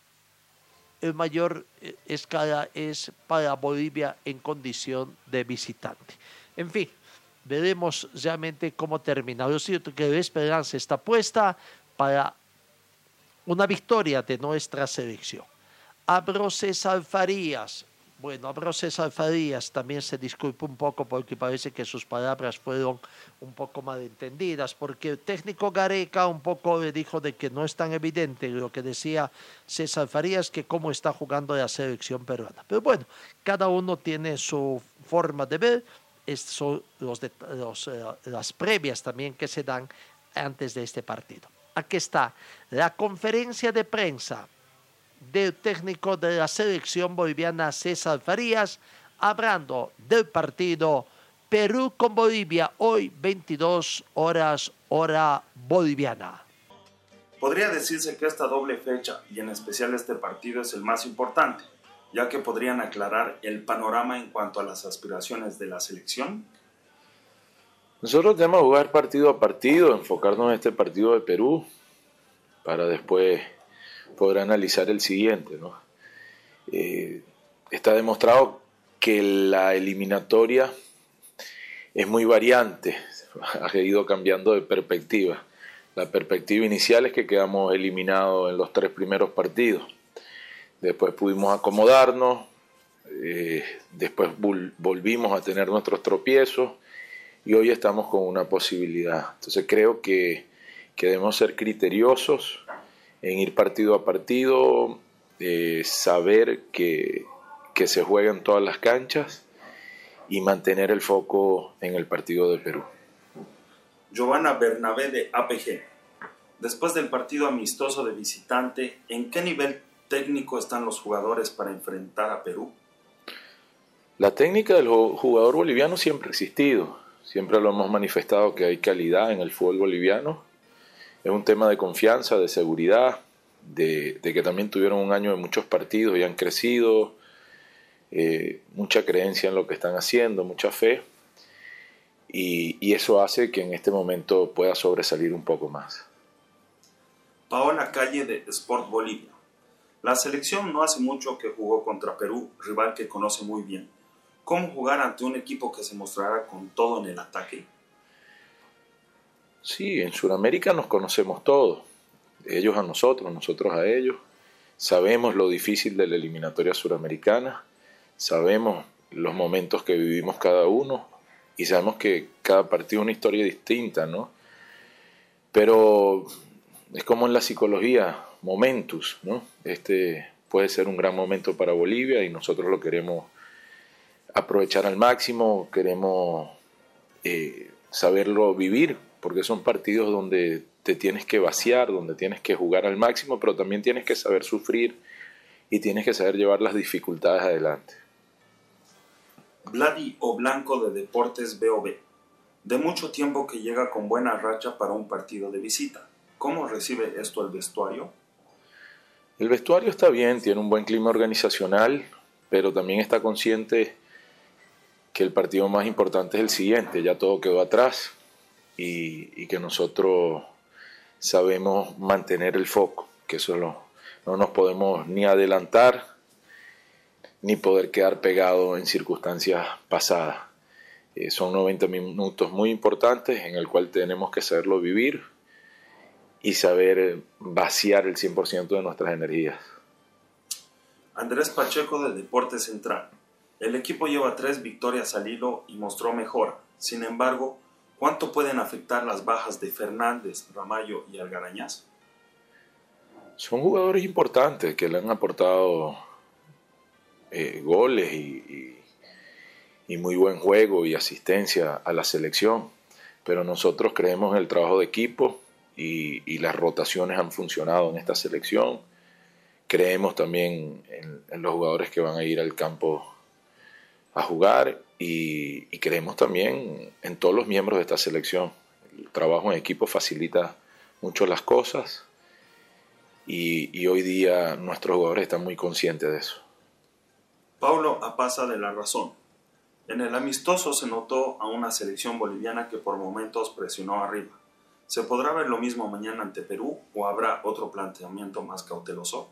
Speaker 3: el mayor escala es para Bolivia en condición de visitante. En fin, veremos realmente cómo termina. Lo cierto es que la esperanza está puesta para una victoria de nuestra selección. Abro César Farías. Bueno, Abro César Farías también se disculpa un poco porque parece que sus palabras fueron un poco malentendidas, porque el técnico Gareca un poco le dijo de que no es tan evidente lo que decía César Farías que cómo está jugando la selección peruana. Pero bueno, cada uno tiene su forma de ver. estos son los de, los, eh, las previas también que se dan antes de este partido. Aquí está la conferencia de prensa del técnico de la selección boliviana, César Farías, hablando del partido Perú con Bolivia, hoy veintidós horas, hora boliviana.
Speaker 8: Podría decirse que esta doble fecha, y en especial este partido, es el más importante, ya que podrían aclarar el panorama en cuanto a las aspiraciones de la selección.
Speaker 9: Nosotros tenemos que jugar partido a partido, enfocarnos en este partido de Perú, para después poder analizar el siguiente, ¿no? Eh, está demostrado que la eliminatoria es muy variante, ha ido cambiando de perspectiva. La perspectiva inicial es que quedamos eliminados en los tres primeros partidos. Después pudimos acomodarnos, eh, después vol- volvimos a tener nuestros tropiezos y hoy estamos con una posibilidad. Entonces creo que, que debemos ser criteriosos en ir partido a partido, eh, saber que, que se juega en todas las canchas y mantener el foco en el partido de Perú.
Speaker 8: Giovanna Bernabé de A P G. Después del partido amistoso de visitante, ¿en qué nivel técnico están los jugadores para enfrentar a Perú?
Speaker 9: La técnica del jugador boliviano siempre ha existido, siempre lo hemos manifestado que hay calidad en el fútbol boliviano. Es un tema de confianza, de seguridad, de, de que también tuvieron un año de muchos partidos y han crecido, eh, mucha creencia en lo que están haciendo, mucha fe, y, y eso hace que en este momento pueda sobresalir un poco más.
Speaker 8: Paola Calle de Sport Bolivia. La selección no hace mucho que jugó contra Perú, rival que conoce muy bien. ¿Cómo jugar ante un equipo que se mostrará con todo en el ataque?
Speaker 9: Sí, en Sudamérica nos conocemos todos, ellos a nosotros, nosotros a ellos. Sabemos lo difícil de la eliminatoria suramericana, sabemos los momentos que vivimos cada uno y sabemos que cada partido es una historia distinta, ¿no? Pero es como en la psicología, momentus, ¿no? Este puede ser un gran momento para Bolivia y nosotros lo queremos aprovechar al máximo, queremos eh, saberlo vivir, porque son partidos donde te tienes que vaciar, donde tienes que jugar al máximo, pero también tienes que saber sufrir y tienes que saber llevar las dificultades adelante.
Speaker 8: Vladi O Blanco de Deportes B O B. De mucho tiempo que llega con buena racha para un partido de visita. ¿Cómo recibe esto el vestuario?
Speaker 9: El vestuario está bien, tiene un buen clima organizacional, pero también está consciente que el partido más importante es el siguiente, ya todo quedó atrás y, y que nosotros sabemos mantener el foco, que eso lo, no nos podemos ni adelantar ni poder quedar pegados en circunstancias pasadas. Eh, son noventa minutos muy importantes en el cual tenemos que saberlo vivir y saber vaciar el cien por ciento de nuestras energías.
Speaker 8: Andrés Pacheco de Deportes Central. El equipo lleva tres victorias al hilo y mostró mejora. Sin embargo, ¿cuánto pueden afectar las bajas de Fernández, Ramallo y Algarañaz?
Speaker 9: Son jugadores importantes que le han aportado eh, goles y, y, y muy buen juego y asistencia a la selección, pero nosotros creemos en el trabajo de equipo y, y las rotaciones han funcionado en esta selección. Creemos también en, en los jugadores que van a ir al campo a jugar y, y creemos también en todos los miembros de esta selección. El trabajo en equipo facilita mucho las cosas y, y hoy día nuestros jugadores están muy conscientes de eso.
Speaker 8: Paulo Apaza de La Razón. En el amistoso se notó a una selección boliviana que por momentos presionó arriba. ¿Se podrá ver lo mismo mañana ante Perú o habrá otro planteamiento más cauteloso?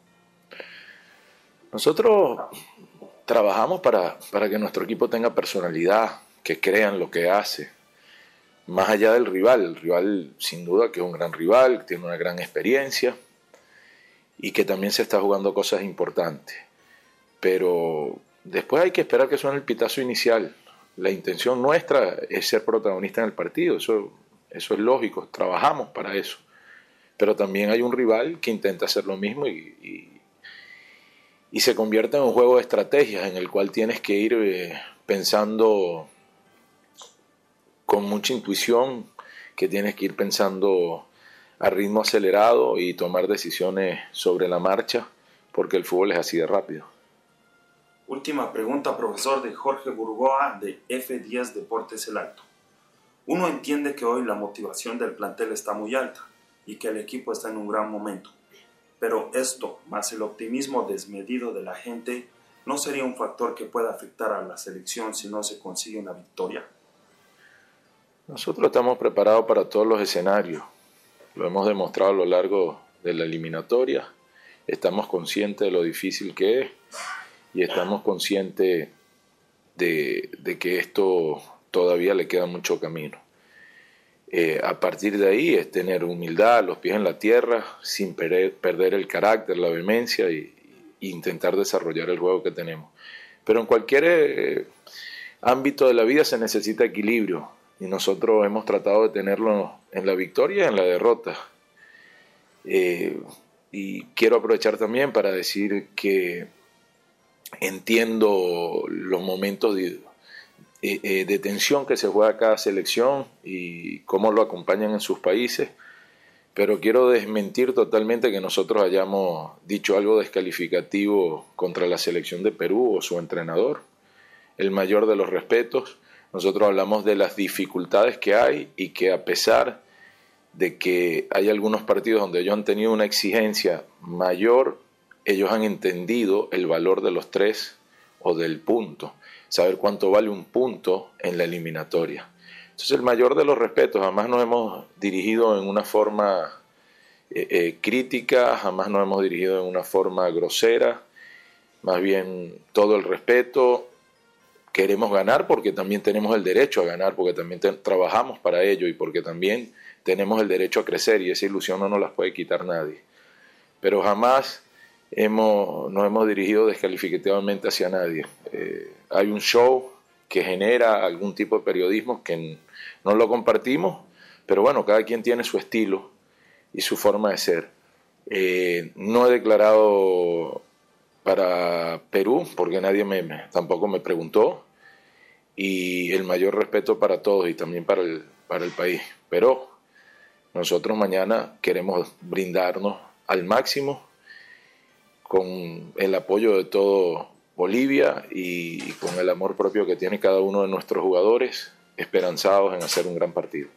Speaker 9: Nosotros trabajamos para, para que nuestro equipo tenga personalidad, que crean lo que hace, más allá del rival. El rival sin duda que es un gran rival, que tiene una gran experiencia y que también se está jugando cosas importantes. Pero después hay que esperar que suene el pitazo inicial. La intención nuestra es ser protagonista en el partido, eso, eso es lógico, trabajamos para eso. Pero también hay un rival que intenta hacer lo mismo y, y y se convierte en un juego de estrategias en el cual tienes que ir eh, pensando con mucha intuición, que tienes que ir pensando a ritmo acelerado y tomar decisiones sobre la marcha, porque el fútbol es así de rápido.
Speaker 8: Última pregunta, profesor, de Jorge Burgoa, de F diez Deportes El Alto. Uno entiende que hoy la motivación del plantel está muy alta y que el equipo está en un gran momento, pero esto, más el optimismo desmedido de la gente, ¿no sería un factor que pueda afectar a la selección si no se consigue una victoria?
Speaker 9: Nosotros estamos preparados para todos los escenarios. Lo hemos demostrado a lo largo de la eliminatoria. Estamos conscientes de lo difícil que es y estamos conscientes de, de que esto todavía le queda mucho camino. Eh, a partir de ahí es tener humildad, los pies en la tierra, sin perder, perder el carácter, la vehemencia y, y intentar desarrollar el juego que tenemos. Pero en cualquier eh, ámbito de la vida se necesita equilibrio y nosotros hemos tratado de tenerlo en la victoria y en la derrota. Eh, y quiero aprovechar también para decir que entiendo los momentos de, eh, de tensión que se juega cada selección y cómo lo acompañan en sus países, pero quiero desmentir totalmente que nosotros hayamos dicho algo descalificativo contra la selección de Perú o su entrenador. El mayor de los respetos. Nosotros hablamos de las dificultades que hay y que a pesar de que hay algunos partidos donde ellos han tenido una exigencia mayor, ellos han entendido el valor de los tres o del punto, saber cuánto vale un punto en la eliminatoria. Entonces el mayor de los respetos, jamás nos hemos dirigido en una forma eh, eh, crítica, jamás nos hemos dirigido en una forma grosera, más bien todo el respeto. Queremos ganar porque también tenemos el derecho a ganar, porque también te, trabajamos para ello y porque también tenemos el derecho a crecer y esa ilusión no nos la puede quitar nadie. Pero jamás hemos, nos hemos dirigido descalificativamente hacia nadie. Eh, hay un show que genera algún tipo de periodismo que no lo compartimos, pero bueno, cada quien tiene su estilo y su forma de ser. Eh, no he declarado para Perú porque nadie me, me, tampoco me preguntó, y el mayor respeto para todos y también para el, para el país. Pero nosotros mañana queremos brindarnos al máximo con el apoyo de todo Bolivia y con el amor propio que tiene cada uno de nuestros jugadores, esperanzados en hacer un gran partido.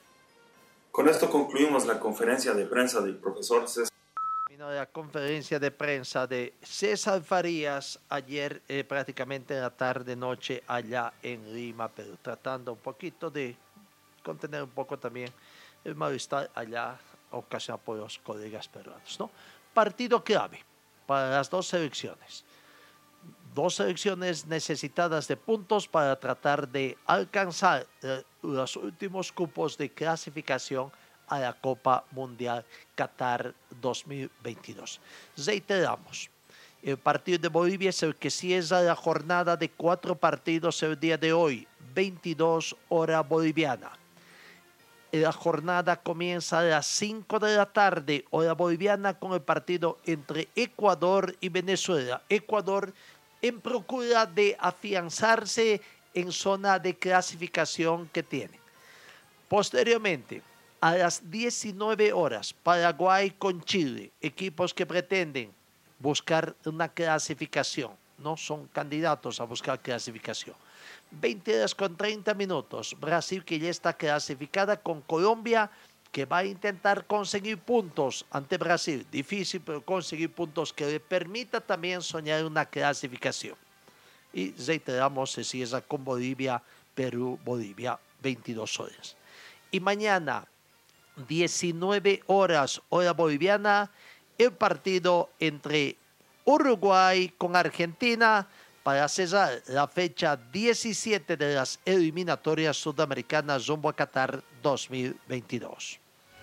Speaker 8: Con esto concluimos la conferencia de prensa del profesor César.
Speaker 3: La conferencia de prensa de César Farías ayer eh, prácticamente en la tarde noche allá en Lima, pero tratando un poquito de contener un poco también el malestar allá ocasionado por los colegas peruanos, ¿no? Partido clave para las dos selecciones. Dos selecciones necesitadas de puntos para tratar de alcanzar eh, los últimos cupos de clasificación a la Copa Mundial Qatar dos mil veintidós. Reiteramos, el partido de Bolivia es el que cierra la jornada de cuatro partidos el día de hoy, veintidós hora boliviana. La jornada comienza a las cinco de la tarde, hora boliviana, con el partido entre Ecuador y Venezuela. Ecuador en procura de afianzarse en zona de clasificación que tiene. Posteriormente, a las diecinueve horas, Paraguay con Chile, equipos que pretenden buscar una clasificación, no son candidatos a buscar clasificación. veinte horas con treinta minutos, Brasil, que ya está clasificada, con Colombia, que va a intentar conseguir puntos ante Brasil. Difícil, pero conseguir puntos que le permita también soñar una clasificación. Y reiteramos, se cierra con Bolivia, Perú, Bolivia, veintidós horas. Y mañana, diecinueve horas, hora boliviana, el partido entre Uruguay con Argentina para cerrar la fecha diecisiete de las eliminatorias sudamericanas rumbo a Qatar dos mil veintidós.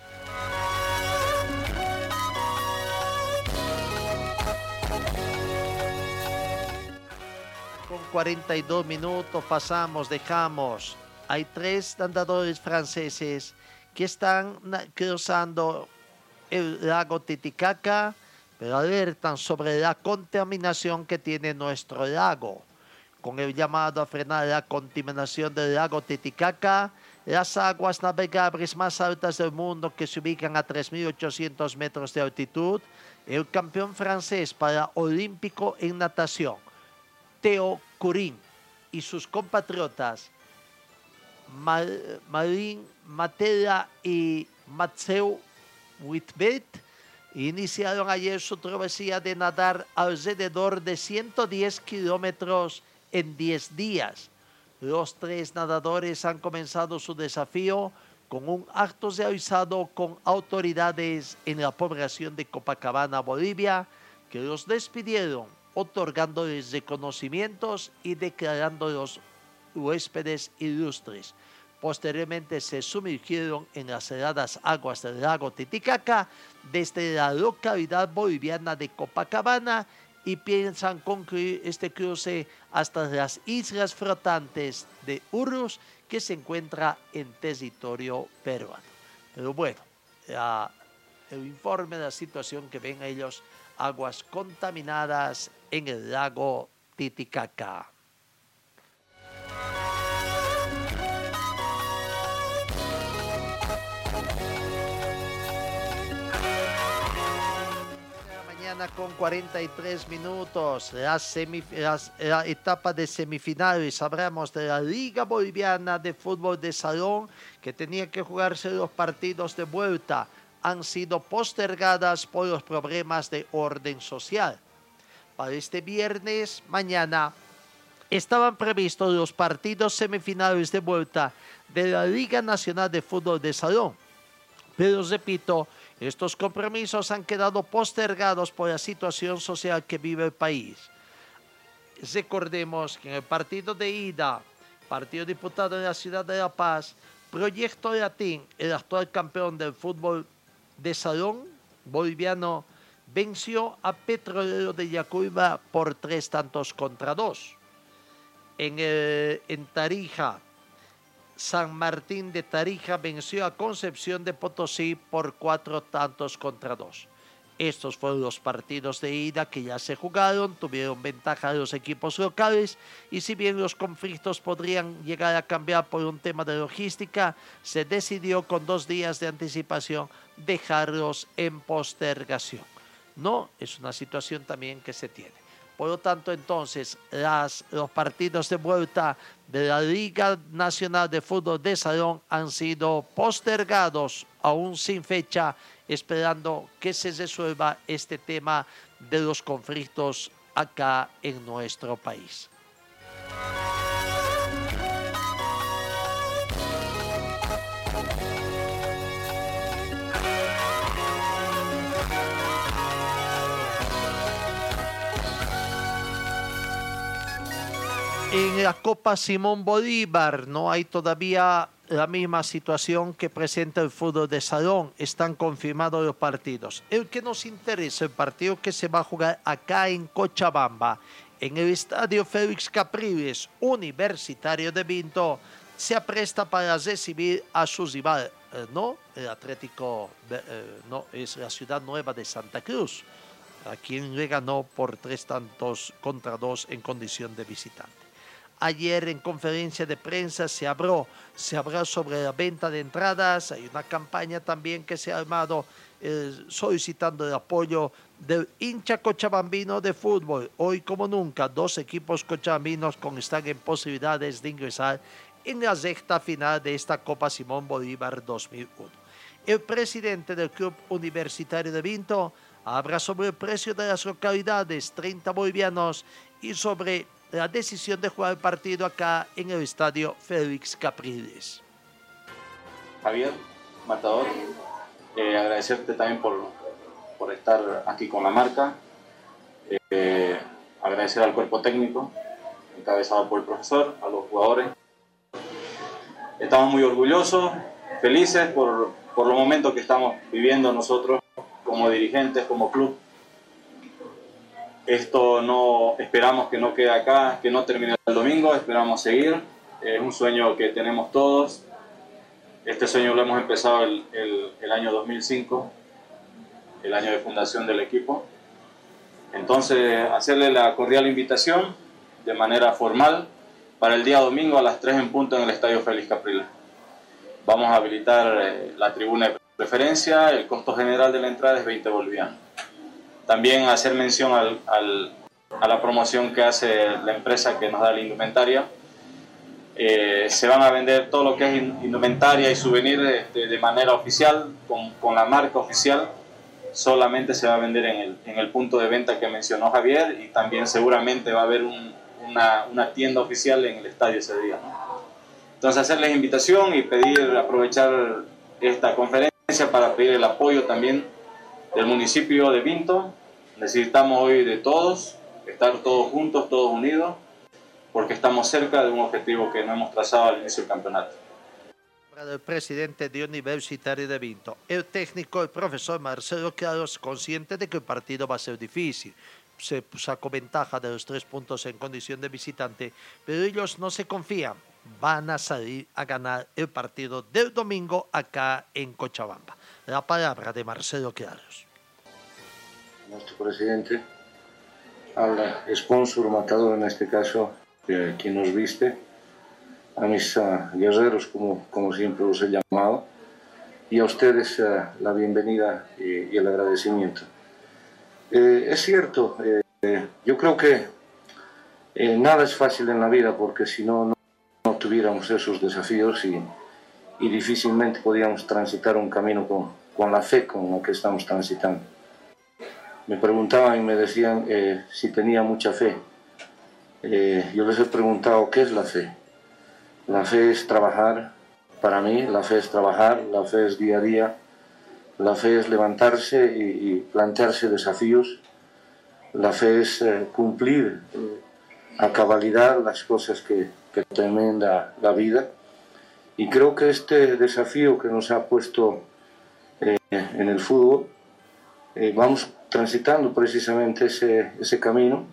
Speaker 3: Con cuarenta y dos minutos pasamos, dejamos. Hay tres nadadores franceses que están cruzando el lago Titicaca, pero alertan sobre la contaminación que tiene nuestro lago. con el llamado a frenar la contaminación del lago Titicaca, las aguas navegables más altas del mundo que se ubican a tres mil ochocientos metros de altitud, el campeón francés paraolímpico en natación, Theo Curin, y sus compatriotas Mar Marin Matela y Mathieu Whitbert iniciaron ayer su travesía de nadar alrededor de ciento diez kilómetros en diez días. Los tres nadadores han comenzado su desafío con un acto realizado con autoridades en la población de Copacabana, Bolivia, que los despidieron otorgándoles reconocimientos y declarándolos huéspedes ilustres. Posteriormente se sumergieron en las heladas aguas del lago Titicaca desde la localidad boliviana de Copacabana y piensan concluir este cruce hasta las islas flotantes de Urus, que se encuentra en territorio peruano. Pero bueno, la, el informe de la situación que ven ellos, aguas contaminadas en el lago Titicaca. Con cuarenta y tres minutos, las las, la etapa de semifinales. Hablamos de la Liga Boliviana de Fútbol de Salón, que tenía que jugarse los partidos de vuelta. Han sido postergadas por los problemas de orden social. Para este viernes, mañana, estaban previstos los partidos semifinales de vuelta de la Liga Nacional de Fútbol de Salón. Pero repito, estos compromisos han quedado postergados por la situación social que vive el país. Recordemos que en el partido de ida, partido disputado en la ciudad de La Paz, Proyecto Latín, el actual campeón del fútbol de salón boliviano, venció a Petrolero de Yacuiba por tres tantos contra dos. En, el, en Tarija, San Martín de Tarija venció a Concepción de Potosí por cuatro tantos contra dos. Estos fueron los partidos de ida que ya se jugaron, tuvieron ventaja de los equipos locales y si bien los conflictos podrían llegar a cambiar por un tema de logística, se decidió con dos días de anticipación dejarlos en postergación. No, es una situación también que se tiene. Por lo tanto, entonces, las, los partidos de vuelta de la Liga Nacional de Fútbol de Salón han sido postergados, aún sin fecha, esperando que se resuelva este tema de los conflictos acá en nuestro país. En la Copa Simón Bolívar no hay todavía la misma situación que presenta el fútbol de salón. Están confirmados los partidos. El que nos interesa, el partido que se va a jugar acá en Cochabamba, en el estadio Félix Capriles, Universitario de Vinto, se apresta para recibir a su rival, eh, ¿no? El Atlético, eh, no, es la ciudad nueva de Santa Cruz, a quien le ganó por tres tantos contra dos en condición de visitante. Ayer en conferencia de prensa se habló, se habló sobre la venta de entradas. Hay una campaña también que se ha armado eh, solicitando el apoyo del hincha cochabambino de fútbol. Hoy como nunca, dos equipos cochabambinos con están en posibilidades de ingresar en la recta final de esta Copa Simón Bolívar dos mil uno. El presidente del Club Universitario de Vinto habla sobre el precio de las localidades, treinta bolivianos, y sobre la decisión de jugar el partido acá en el estadio Félix Capriles.
Speaker 10: Javier, Matador, eh, agradecerte también por, por estar aquí con la marca, eh, agradecer al cuerpo técnico, encabezado por el profesor, a los jugadores. Estamos muy orgullosos, felices por, por los momentos que estamos viviendo nosotros como dirigentes, como club. Esto no esperamos que no quede acá, que no termine el domingo, esperamos seguir. Es un sueño que tenemos todos. Este sueño lo hemos empezado el, el, el año dos mil cinco, el año de fundación del equipo. Entonces, hacerle la cordial invitación de manera formal para el día domingo a las tres en punto en el Estadio Félix Capriles. Vamos a habilitar eh, la tribuna de preferencia, el costo general de la entrada es veinte bolivianos. También hacer mención al, al, a la promoción que hace la empresa que nos da la indumentaria. Eh, se van a vender todo lo que es indumentaria y souvenir de, de manera oficial, con, con la marca oficial. Solamente se va a vender en el, en el punto de venta que mencionó Javier, y también seguramente va a haber un, una, una tienda oficial en el estadio ese día, ¿no? Entonces hacerles invitación y pedir, aprovechar esta conferencia para pedir el apoyo también del municipio de Vinto. Necesitamos hoy de todos, estar todos juntos, todos unidos, porque estamos cerca de un objetivo que no hemos trazado al inicio del campeonato.
Speaker 3: El presidente de Universitario de Vinto, el técnico, el profesor Marcelo Claros, consciente de que el partido va a ser difícil. Se sacó ventaja de los tres puntos en condición de visitante, pero ellos no se confían. Van a salir a ganar el partido del domingo acá en Cochabamba. La palabra de Marcelo Claros.
Speaker 11: Nuestro presidente habla, sponsor, matador en este caso, eh, quien nos viste, a mis uh, guerreros, como, como siempre los he llamado, y a ustedes uh, la bienvenida y, y el agradecimiento. Eh, es cierto, eh, yo creo que eh, nada es fácil en la vida, porque si no, no, no tuviéramos esos desafíos y, y difícilmente podíamos transitar un camino con, con la fe con la que estamos transitando. Me preguntaban y me decían eh, si tenía mucha fe. Eh, yo les he preguntado, ¿qué es la fe? La fe es trabajar, para mí la fe es trabajar, la fe es día a día, la fe es levantarse y, y plantearse desafíos, la fe es eh, cumplir eh, a cabalidad las cosas que, que te enmienda la vida, y creo que este desafío que nos ha puesto eh, en el fútbol, eh, vamos transitando precisamente ese, ese camino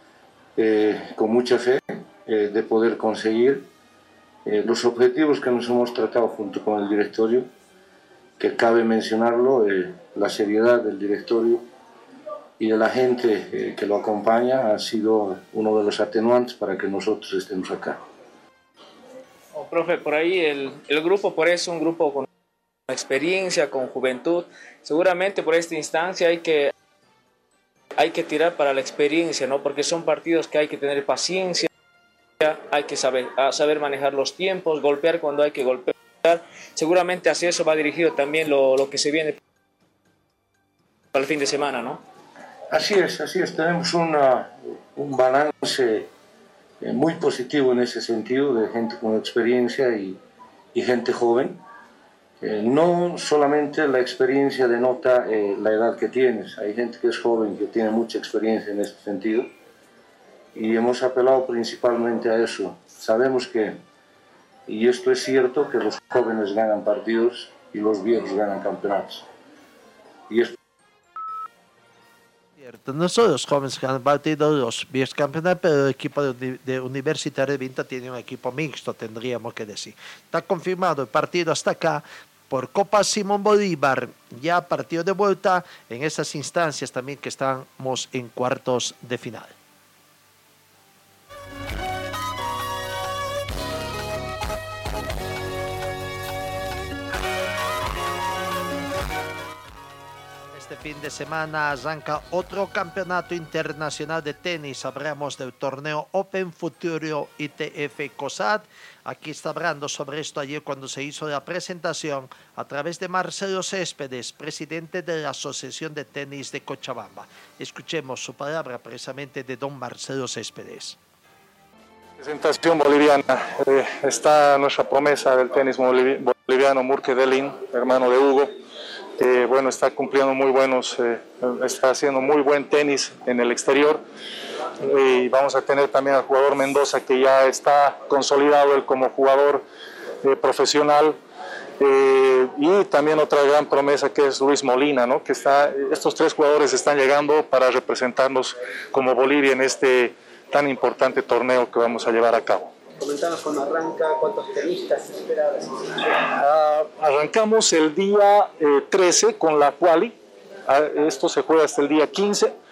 Speaker 11: eh, con mucha fe eh, de poder conseguir eh, los objetivos que nos hemos tratado junto con el directorio, que cabe mencionarlo, eh, la seriedad del directorio y de la gente eh, que lo acompaña ha sido uno de los atenuantes para que nosotros estemos acá.
Speaker 12: Oh, profe, por ahí el, el grupo, por eso un grupo con experiencia, con juventud, seguramente por esta instancia hay que hay que tirar para la experiencia, ¿no? Porque son partidos que hay que tener paciencia, hay que saber, saber manejar los tiempos, golpear cuando hay que golpear. Seguramente hacia eso va dirigido también lo, lo que se viene para el fin de semana, ¿no?
Speaker 11: Así es, así es. Tenemos una, un balance eh, muy positivo en ese sentido, de gente con experiencia y, y gente joven. Eh, no solamente la experiencia denota eh, la edad que tienes, hay gente que es joven, que tiene mucha experiencia en este sentido, y hemos apelado principalmente a eso. Sabemos que, y esto es cierto, que los jóvenes ganan partidos y los viejos ganan campeonatos. Y es
Speaker 3: cierto, no solo los jóvenes ganan partidos, los viejos campeonatos, pero el equipo de, de Universitario de Vinto tiene un equipo mixto, tendríamos que decir. Está confirmado el partido hasta acá por Copa Simón Bolívar, ya partido de vuelta en esas instancias también que estamos en cuartos de final. Este fin de semana arranca otro campeonato internacional de tenis. Hablamos del torneo Open Futuro I T F COSAT. Aquí está hablando sobre esto ayer cuando se hizo la presentación a través de Marcelo Céspedes, presidente de la Asociación de Tenis de Cochabamba. Escuchemos su palabra precisamente de don Marcelo Céspedes.
Speaker 13: Presentación boliviana. Eh, está nuestra promesa del tenis boliviano, Murke Delin, hermano de Hugo. Eh, bueno, está cumpliendo muy buenos, eh, está haciendo muy buen tenis en el exterior. Eh, y vamos a tener también al jugador Mendoza, que ya está consolidado él como jugador eh, profesional. Eh, y también otra gran promesa que es Luis Molina, ¿no? Que está, estos tres jugadores están llegando para representarnos como Bolivia en este tan importante torneo que vamos a llevar a cabo.
Speaker 14: Comentanos cuando arranca, cuántos tenistas se espera.
Speaker 13: Uh, arrancamos el día eh, trece con la quali. Uh, esto se juega hasta el día quince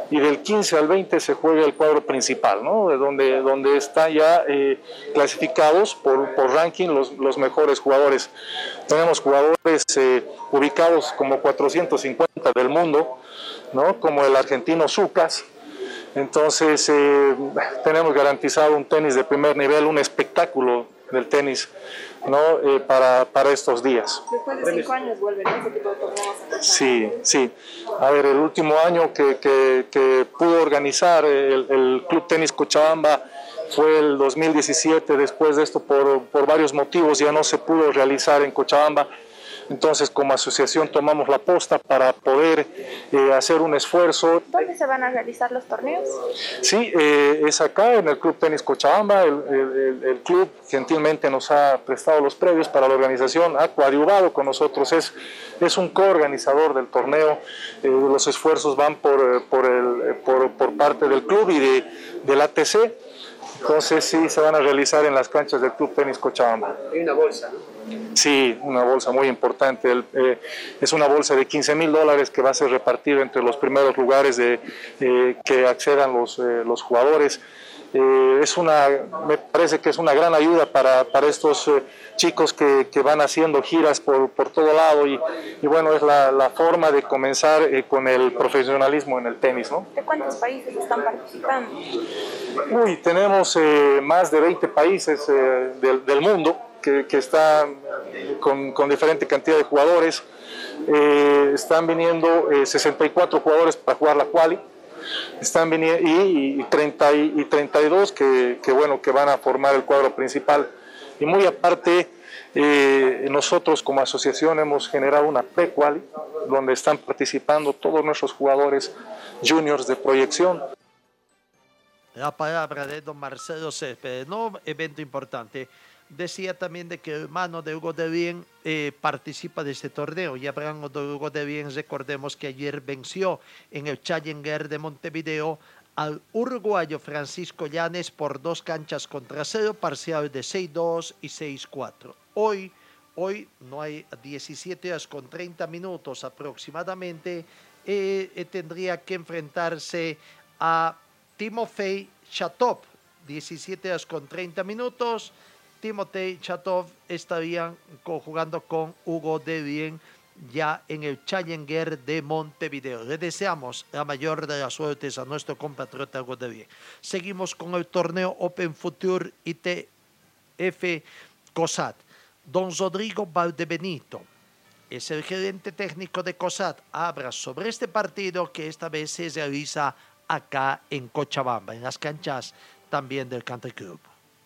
Speaker 13: y del quince al veinte se juega el cuadro principal, ¿no? De donde, donde están ya eh, clasificados por, por ranking los, los mejores jugadores. Tenemos jugadores eh, ubicados como cuatrocientos cincuenta del mundo, ¿no? Como el argentino Zucas. Entonces eh, tenemos garantizado un tenis de primer nivel, un espectáculo del tenis, ¿no? eh, para, para estos días.
Speaker 15: Después de cinco años vuelven ese tipo de torneos.
Speaker 13: Sí, sí. A ver, el último año que, que, que pudo organizar el, el Club Tenis Cochabamba fue el dos mil diecisiete. Después de esto, por, por varios motivos, ya no se pudo realizar en Cochabamba. Entonces, como asociación tomamos la posta para poder eh, hacer un esfuerzo.
Speaker 15: ¿Dónde se van a realizar los torneos?
Speaker 13: Sí, eh, es acá en el Club Tenis Cochabamba. El, el, el club gentilmente nos ha prestado los predios para la organización, ha coadyuvado con nosotros, es, es un coorganizador del torneo. Eh, los esfuerzos van por, por, el, por, por parte del club y de, del A T C. Entonces sí, se van a realizar en las canchas del Club Tenis Cochabamba.
Speaker 14: Hay una bolsa, ¿no?
Speaker 13: Sí, una bolsa muy importante. El, eh, es una bolsa de quince mil dólares que va a ser repartida entre los primeros lugares de, eh, que accedan los, eh, los jugadores. Eh, es una, me parece que es una gran ayuda para, para estos eh, chicos que, que van haciendo giras por, por todo lado y, y bueno, es la, la forma de comenzar eh, con el profesionalismo en el tenis, ¿no?
Speaker 15: ¿De cuántos países están participando?
Speaker 13: Uy, tenemos eh, más de veinte países eh, del, del mundo que, que están con, con diferente cantidad de jugadores. Eh, están viniendo eh, sesenta y cuatro jugadores para jugar la quali. Están viniendo y, y, treinta y, y treinta y dos que, que, bueno, que van a formar el cuadro principal. Y muy aparte, eh, nosotros como asociación hemos generado una pre-quali donde están participando todos nuestros jugadores juniors de proyección.
Speaker 3: La palabra de don Marcelo Céspedes, no evento importante. Decía también de que el hermano de Hugo de Bien eh, participa de este torneo. Y hablando de Hugo de Bien, recordemos que ayer venció en el Challenger de Montevideo al uruguayo Francisco Llanes por dos canchas contra cero, parcial de seis dos y seis cuatro. Hoy, hoy no hay diecisiete horas con treinta minutos aproximadamente, eh, eh, tendría que enfrentarse a Timofey Chatov, diecisiete horas con treinta minutos. Timotei Chatov estarían jugando con Hugo de Bien ya en el Challenger de Montevideo. Le deseamos la mayor de las suertes a nuestro compatriota Hugo de Bien. Seguimos con el torneo Open Future I T F COSAT. Don Rodrigo Valdebenito es el gerente técnico de COSAT. Habla sobre este partido que esta vez se realiza acá en Cochabamba, en las canchas también del Country Club.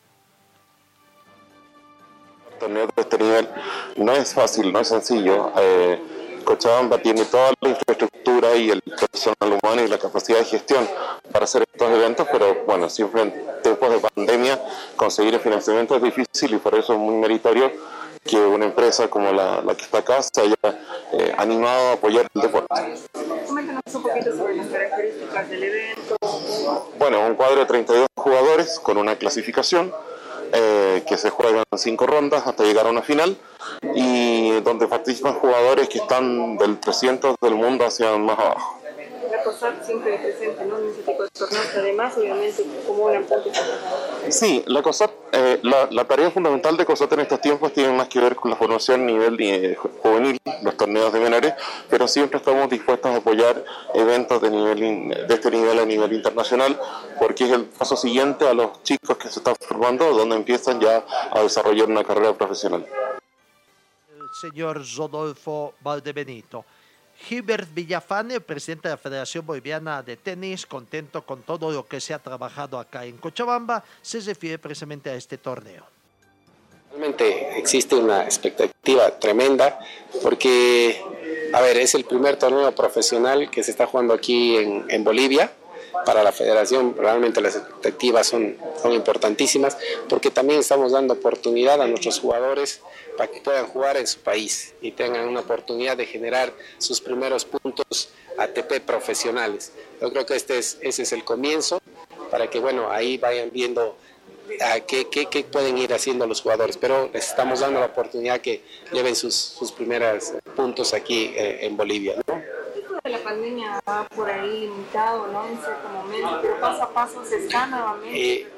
Speaker 16: Torneo de este nivel no es fácil, no es sencillo. Eh, Cochabamba tiene toda la infraestructura y el personal humano y la capacidad de gestión para hacer estos eventos, pero bueno, siempre en tiempos de pandemia conseguir el financiamiento es difícil y por eso es muy meritorio que una empresa como la, la que está acá se haya eh, animado a apoyar el deporte.
Speaker 15: Coméntanos un poquito sobre las características del evento.
Speaker 16: Bueno, un cuadro de treinta y dos jugadores con una clasificación eh, que se juegan cinco rondas hasta llegar a una final y donde participan jugadores que están del trescientos del mundo hacia más abajo.
Speaker 15: La COSAT siempre presente, ¿no?, en ese tipo de torneos, además obviamente como un puntos.
Speaker 16: Sí, la COSAT, eh, la, la tarea fundamental de COSAT en estos tiempos tiene más que ver con la formación a nivel eh, juvenil, los torneos de menores, pero siempre estamos dispuestos a apoyar eventos de nivel de este nivel a nivel internacional, porque es el paso siguiente a los chicos que se están formando, donde empiezan ya a desarrollar una carrera profesional.
Speaker 3: El señor Rodolfo Valdebenito. Gilbert Villafane, el presidente de la Federación Boliviana de Tenis, contento con todo lo que se ha trabajado acá en Cochabamba, se refiere precisamente a este torneo.
Speaker 17: Realmente existe una expectativa tremenda porque, a ver, es el primer torneo profesional que se está jugando aquí en, en Bolivia. Para la federación realmente las expectativas son, son importantísimas porque también estamos dando oportunidad a nuestros jugadores para que puedan jugar en su país y tengan una oportunidad de generar sus primeros puntos A T P profesionales. Yo creo que este es, ese es el comienzo para que, bueno, ahí vayan viendo a qué, qué, qué pueden ir haciendo los jugadores, pero les estamos dando la oportunidad que lleven sus, sus primeros puntos aquí eh, en Bolivia, ¿no?
Speaker 15: El la pandemia va por ahí limitado, ¿no? En cierto momento, pero paso a paso se está nuevamente
Speaker 17: eh,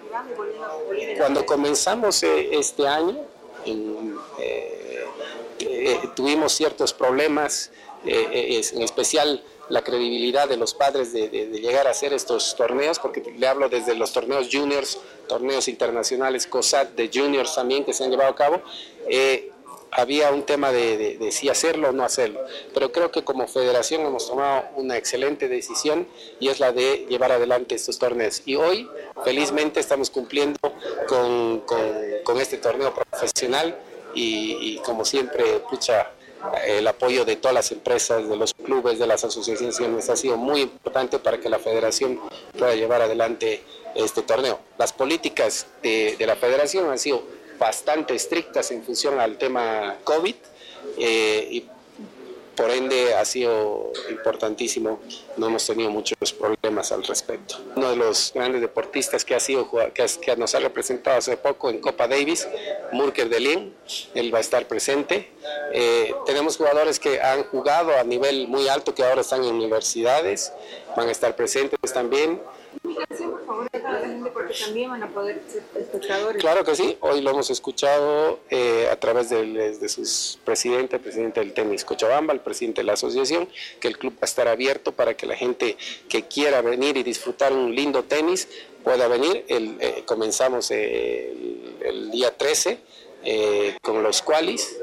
Speaker 17: cuando comenzamos eh, este año, en, eh, eh, tuvimos ciertos problemas, eh, eh, en especial la credibilidad de los padres de, de, de llegar a hacer estos torneos, porque le hablo desde los torneos juniors, torneos internacionales, COSAT de juniors también que se han llevado a cabo. Eh, había un tema de, de, de si hacerlo o no hacerlo, pero creo que como federación hemos tomado una excelente decisión y es la de llevar adelante estos torneos. Y hoy, felizmente, estamos cumpliendo con, con, con este torneo profesional y, y como siempre, pucha, el apoyo de todas las empresas, de los clubes, de las asociaciones ha sido muy importante para que la federación pueda llevar adelante este torneo. Las políticas de, de la federación han sido bastante estrictas en función al tema COVID eh, y por ende ha sido importantísimo, no hemos tenido muchos problemas al respecto. Uno de los grandes deportistas que ha sido que, que nos ha representado hace poco en Copa Davis, Murker Delin, él va a estar presente. Eh, tenemos jugadores que han jugado a nivel muy alto que ahora están en universidades, van a estar presentes también.
Speaker 15: Comunicación, por favor, a la gente porque también van a poder ser espectadores.
Speaker 17: Claro que sí, hoy lo hemos escuchado eh, a través de, de sus presidentes, el presidente del tenis Cochabamba, el presidente de la asociación, que el club va a estar abierto para que la gente que quiera venir y disfrutar un lindo tenis pueda venir. El, eh, comenzamos eh, el, el día trece eh, con los qualis.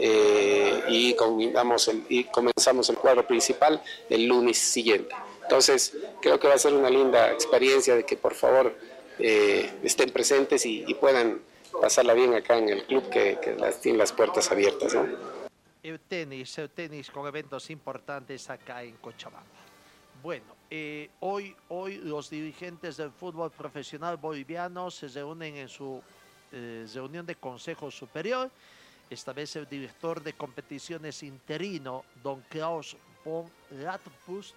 Speaker 17: Eh, y, comenzamos el, y comenzamos el cuadro principal el lunes siguiente. Entonces, creo que va a ser una linda experiencia de que por favor eh, estén presentes y, y puedan pasarla bien acá en el club que, que las, tiene las puertas abiertas, ¿no?
Speaker 3: El tenis, el tenis con eventos importantes acá en Cochabamba. Bueno, eh, hoy, hoy los dirigentes del fútbol profesional boliviano se reúnen en su eh, reunión de Consejo Superior. Esta vez el director de competiciones interino, don Klaus von Latpust,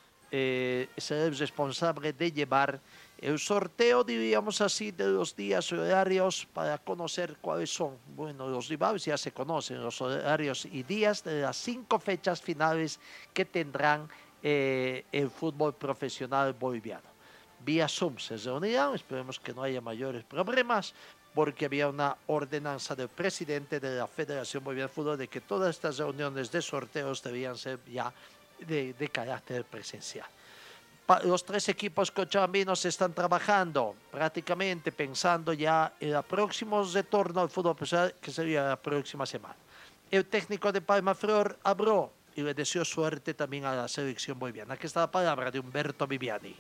Speaker 3: eh, será el responsable de llevar el sorteo, diríamos así, de los días horarios para conocer cuáles son. Bueno, los rivales ya se conocen, los horarios y días de las cinco fechas finales que tendrán eh, el fútbol profesional boliviano. Vía Zoom se reunirán, esperemos que no haya mayores problemas, porque había una ordenanza del presidente de la Federación Boliviana de Fútbol de que todas estas reuniones de sorteos debían ser ya de, de carácter presencial. Pa, los tres equipos cochabambinos están trabajando prácticamente pensando ya en el próximo retorno al fútbol profesional, que sería la próxima semana. El técnico de Palma Flor habló y le deseó suerte también a la selección boliviana. Aquí está la palabra de Humberto Viviani.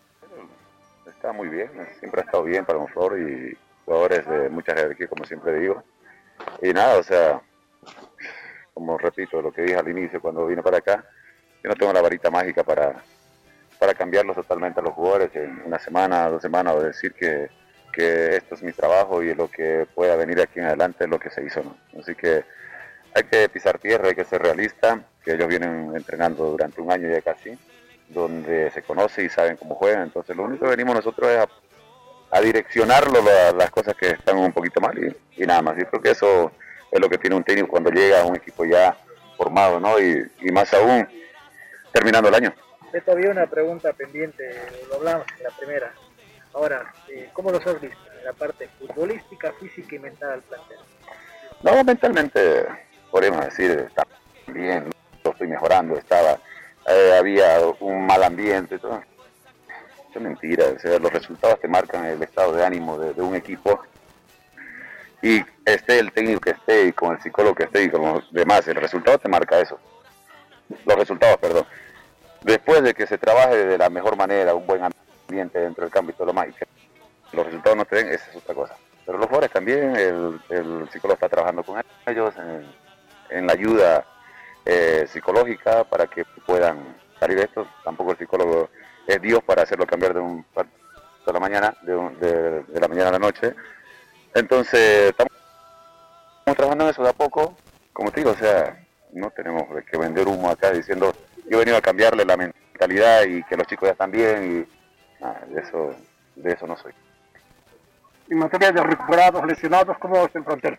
Speaker 18: Está muy bien, siempre ha estado bien Palma Flor y jugadores de mucha jerarquía, como siempre digo. Y nada, o sea, como repito lo que dije al inicio cuando vine para acá, yo no tengo la varita mágica para, para cambiarlos totalmente a los jugadores en una semana, dos semanas, o decir que, que esto es mi trabajo y lo que pueda venir aquí en adelante es lo que se hizo, ¿no? Así que hay que pisar tierra, hay que ser realista, que ellos vienen entrenando durante un año ya casi, donde se conoce y saben cómo juegan. Entonces lo único que venimos nosotros es a a direccionarlo a las cosas que están un poquito mal y, y nada más. Yo creo que eso es lo que tiene un técnico cuando llega a un equipo ya formado, ¿no? Y, y más aún terminando el año.
Speaker 14: Todavía una pregunta pendiente, lo hablamos en la primera. Ahora, eh, ¿cómo los has visto en la parte futbolística, física y mental del plantel?
Speaker 18: No, mentalmente podemos decir, está bien, lo estoy mejorando, estaba, eh, había un mal ambiente, todo. Eso es mentira, o sea, los resultados te marcan el estado de ánimo de, de un equipo y esté el técnico que esté y con el psicólogo que esté y con los demás, el resultado te marca eso, los resultados, perdón. Después de que se trabaje de la mejor manera, un buen ambiente dentro del campo y todo lo más, y que los resultados no te den, esa es otra cosa. Pero los jugadores también, el, el psicólogo está trabajando con ellos en, en la ayuda eh, psicológica para que puedan salir de esto. Tampoco el psicólogo es Dios para hacerlo cambiar de un de la mañana, de, un, de, de la mañana a la noche. Entonces, estamos, estamos trabajando en eso de a poco. Como te digo, o sea, no tenemos que vender humo acá diciendo yo he venido a cambiarle la mentalidad y que los chicos ya están bien y nada, de eso, de eso no soy.
Speaker 14: En materia de recuperados, lesionados, ¿cómo se enfrentan?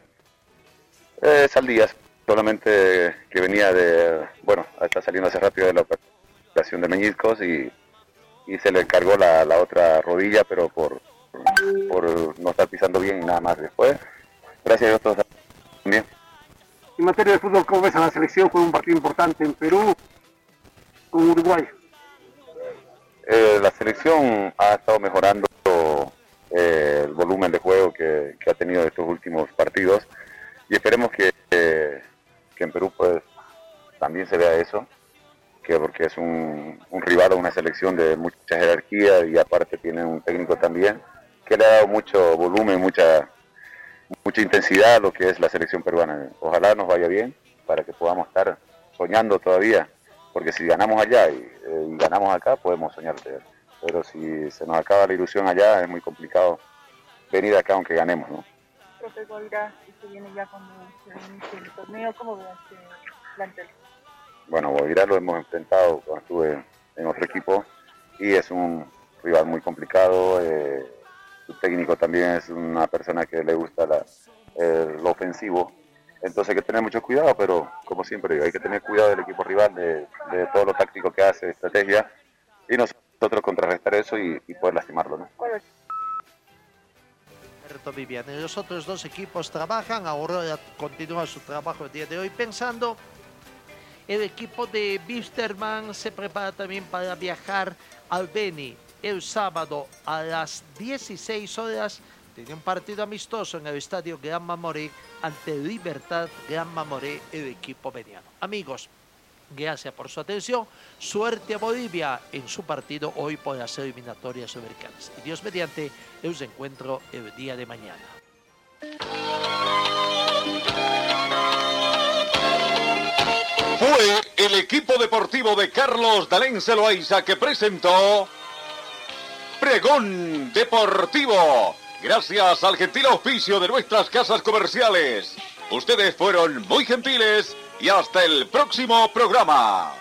Speaker 18: Eh, Saldías, solamente que venía de, bueno, está saliendo hace rápido de la operación de meniscos y, y se le cargó la, la otra rodilla, pero por, por no estar pisando bien y nada más. Después, gracias a Dios, todos bien.
Speaker 19: En materia de fútbol, ¿cómo ves a la selección? Fue un partido importante en Perú con Uruguay.
Speaker 18: Eh, la selección ha estado mejorando eh, el volumen de juego que, que ha tenido estos últimos partidos y esperemos que, eh, que en Perú pues también se vea eso, que porque es un, un rival o una selección de mucha jerarquía y aparte tiene un técnico también que le ha dado mucho volumen, mucha mucha intensidad a lo que es la selección peruana. Ojalá nos vaya bien para que podamos estar soñando todavía, porque si ganamos allá y, eh, y ganamos acá podemos soñar, pero si se nos acaba la ilusión allá es muy complicado venir acá aunque ganemos, ¿no?
Speaker 15: Profe Guavirá, y se viene ya cuando se inicie el torneo, ¿cómo ve este plantel?
Speaker 18: Bueno, Guavirá lo hemos enfrentado cuando estuve en otro equipo y es un rival muy complicado. Eh, su técnico también es una persona que le gusta la, eh, lo ofensivo, entonces hay que tener mucho cuidado, pero como siempre digo, hay que tener cuidado del equipo rival, de, de todo lo táctico que hace, estrategia, y nosotros contrarrestar eso y, y poder lastimarlo, ¿no?
Speaker 3: Viviani. Los otros dos equipos trabajan, ahora continúa su trabajo el día de hoy pensando. El equipo de Wisterman se prepara también para viajar al Beni el sábado a las dieciséis horas. Tiene un partido amistoso en el estadio Gran Mamoré ante Libertad Gran Mamoré, el equipo veniano. Amigos, gracias por su atención. Suerte a Bolivia en su partido hoy por las eliminatorias sudamericanas. Y Dios mediante, los encuentro el día de mañana.
Speaker 1: Fue el equipo deportivo de Carlos Dalense Loaiza que presentó Pregón Deportivo. Gracias al gentil auspicio de nuestras casas comerciales. Ustedes fueron muy gentiles y hasta el próximo programa.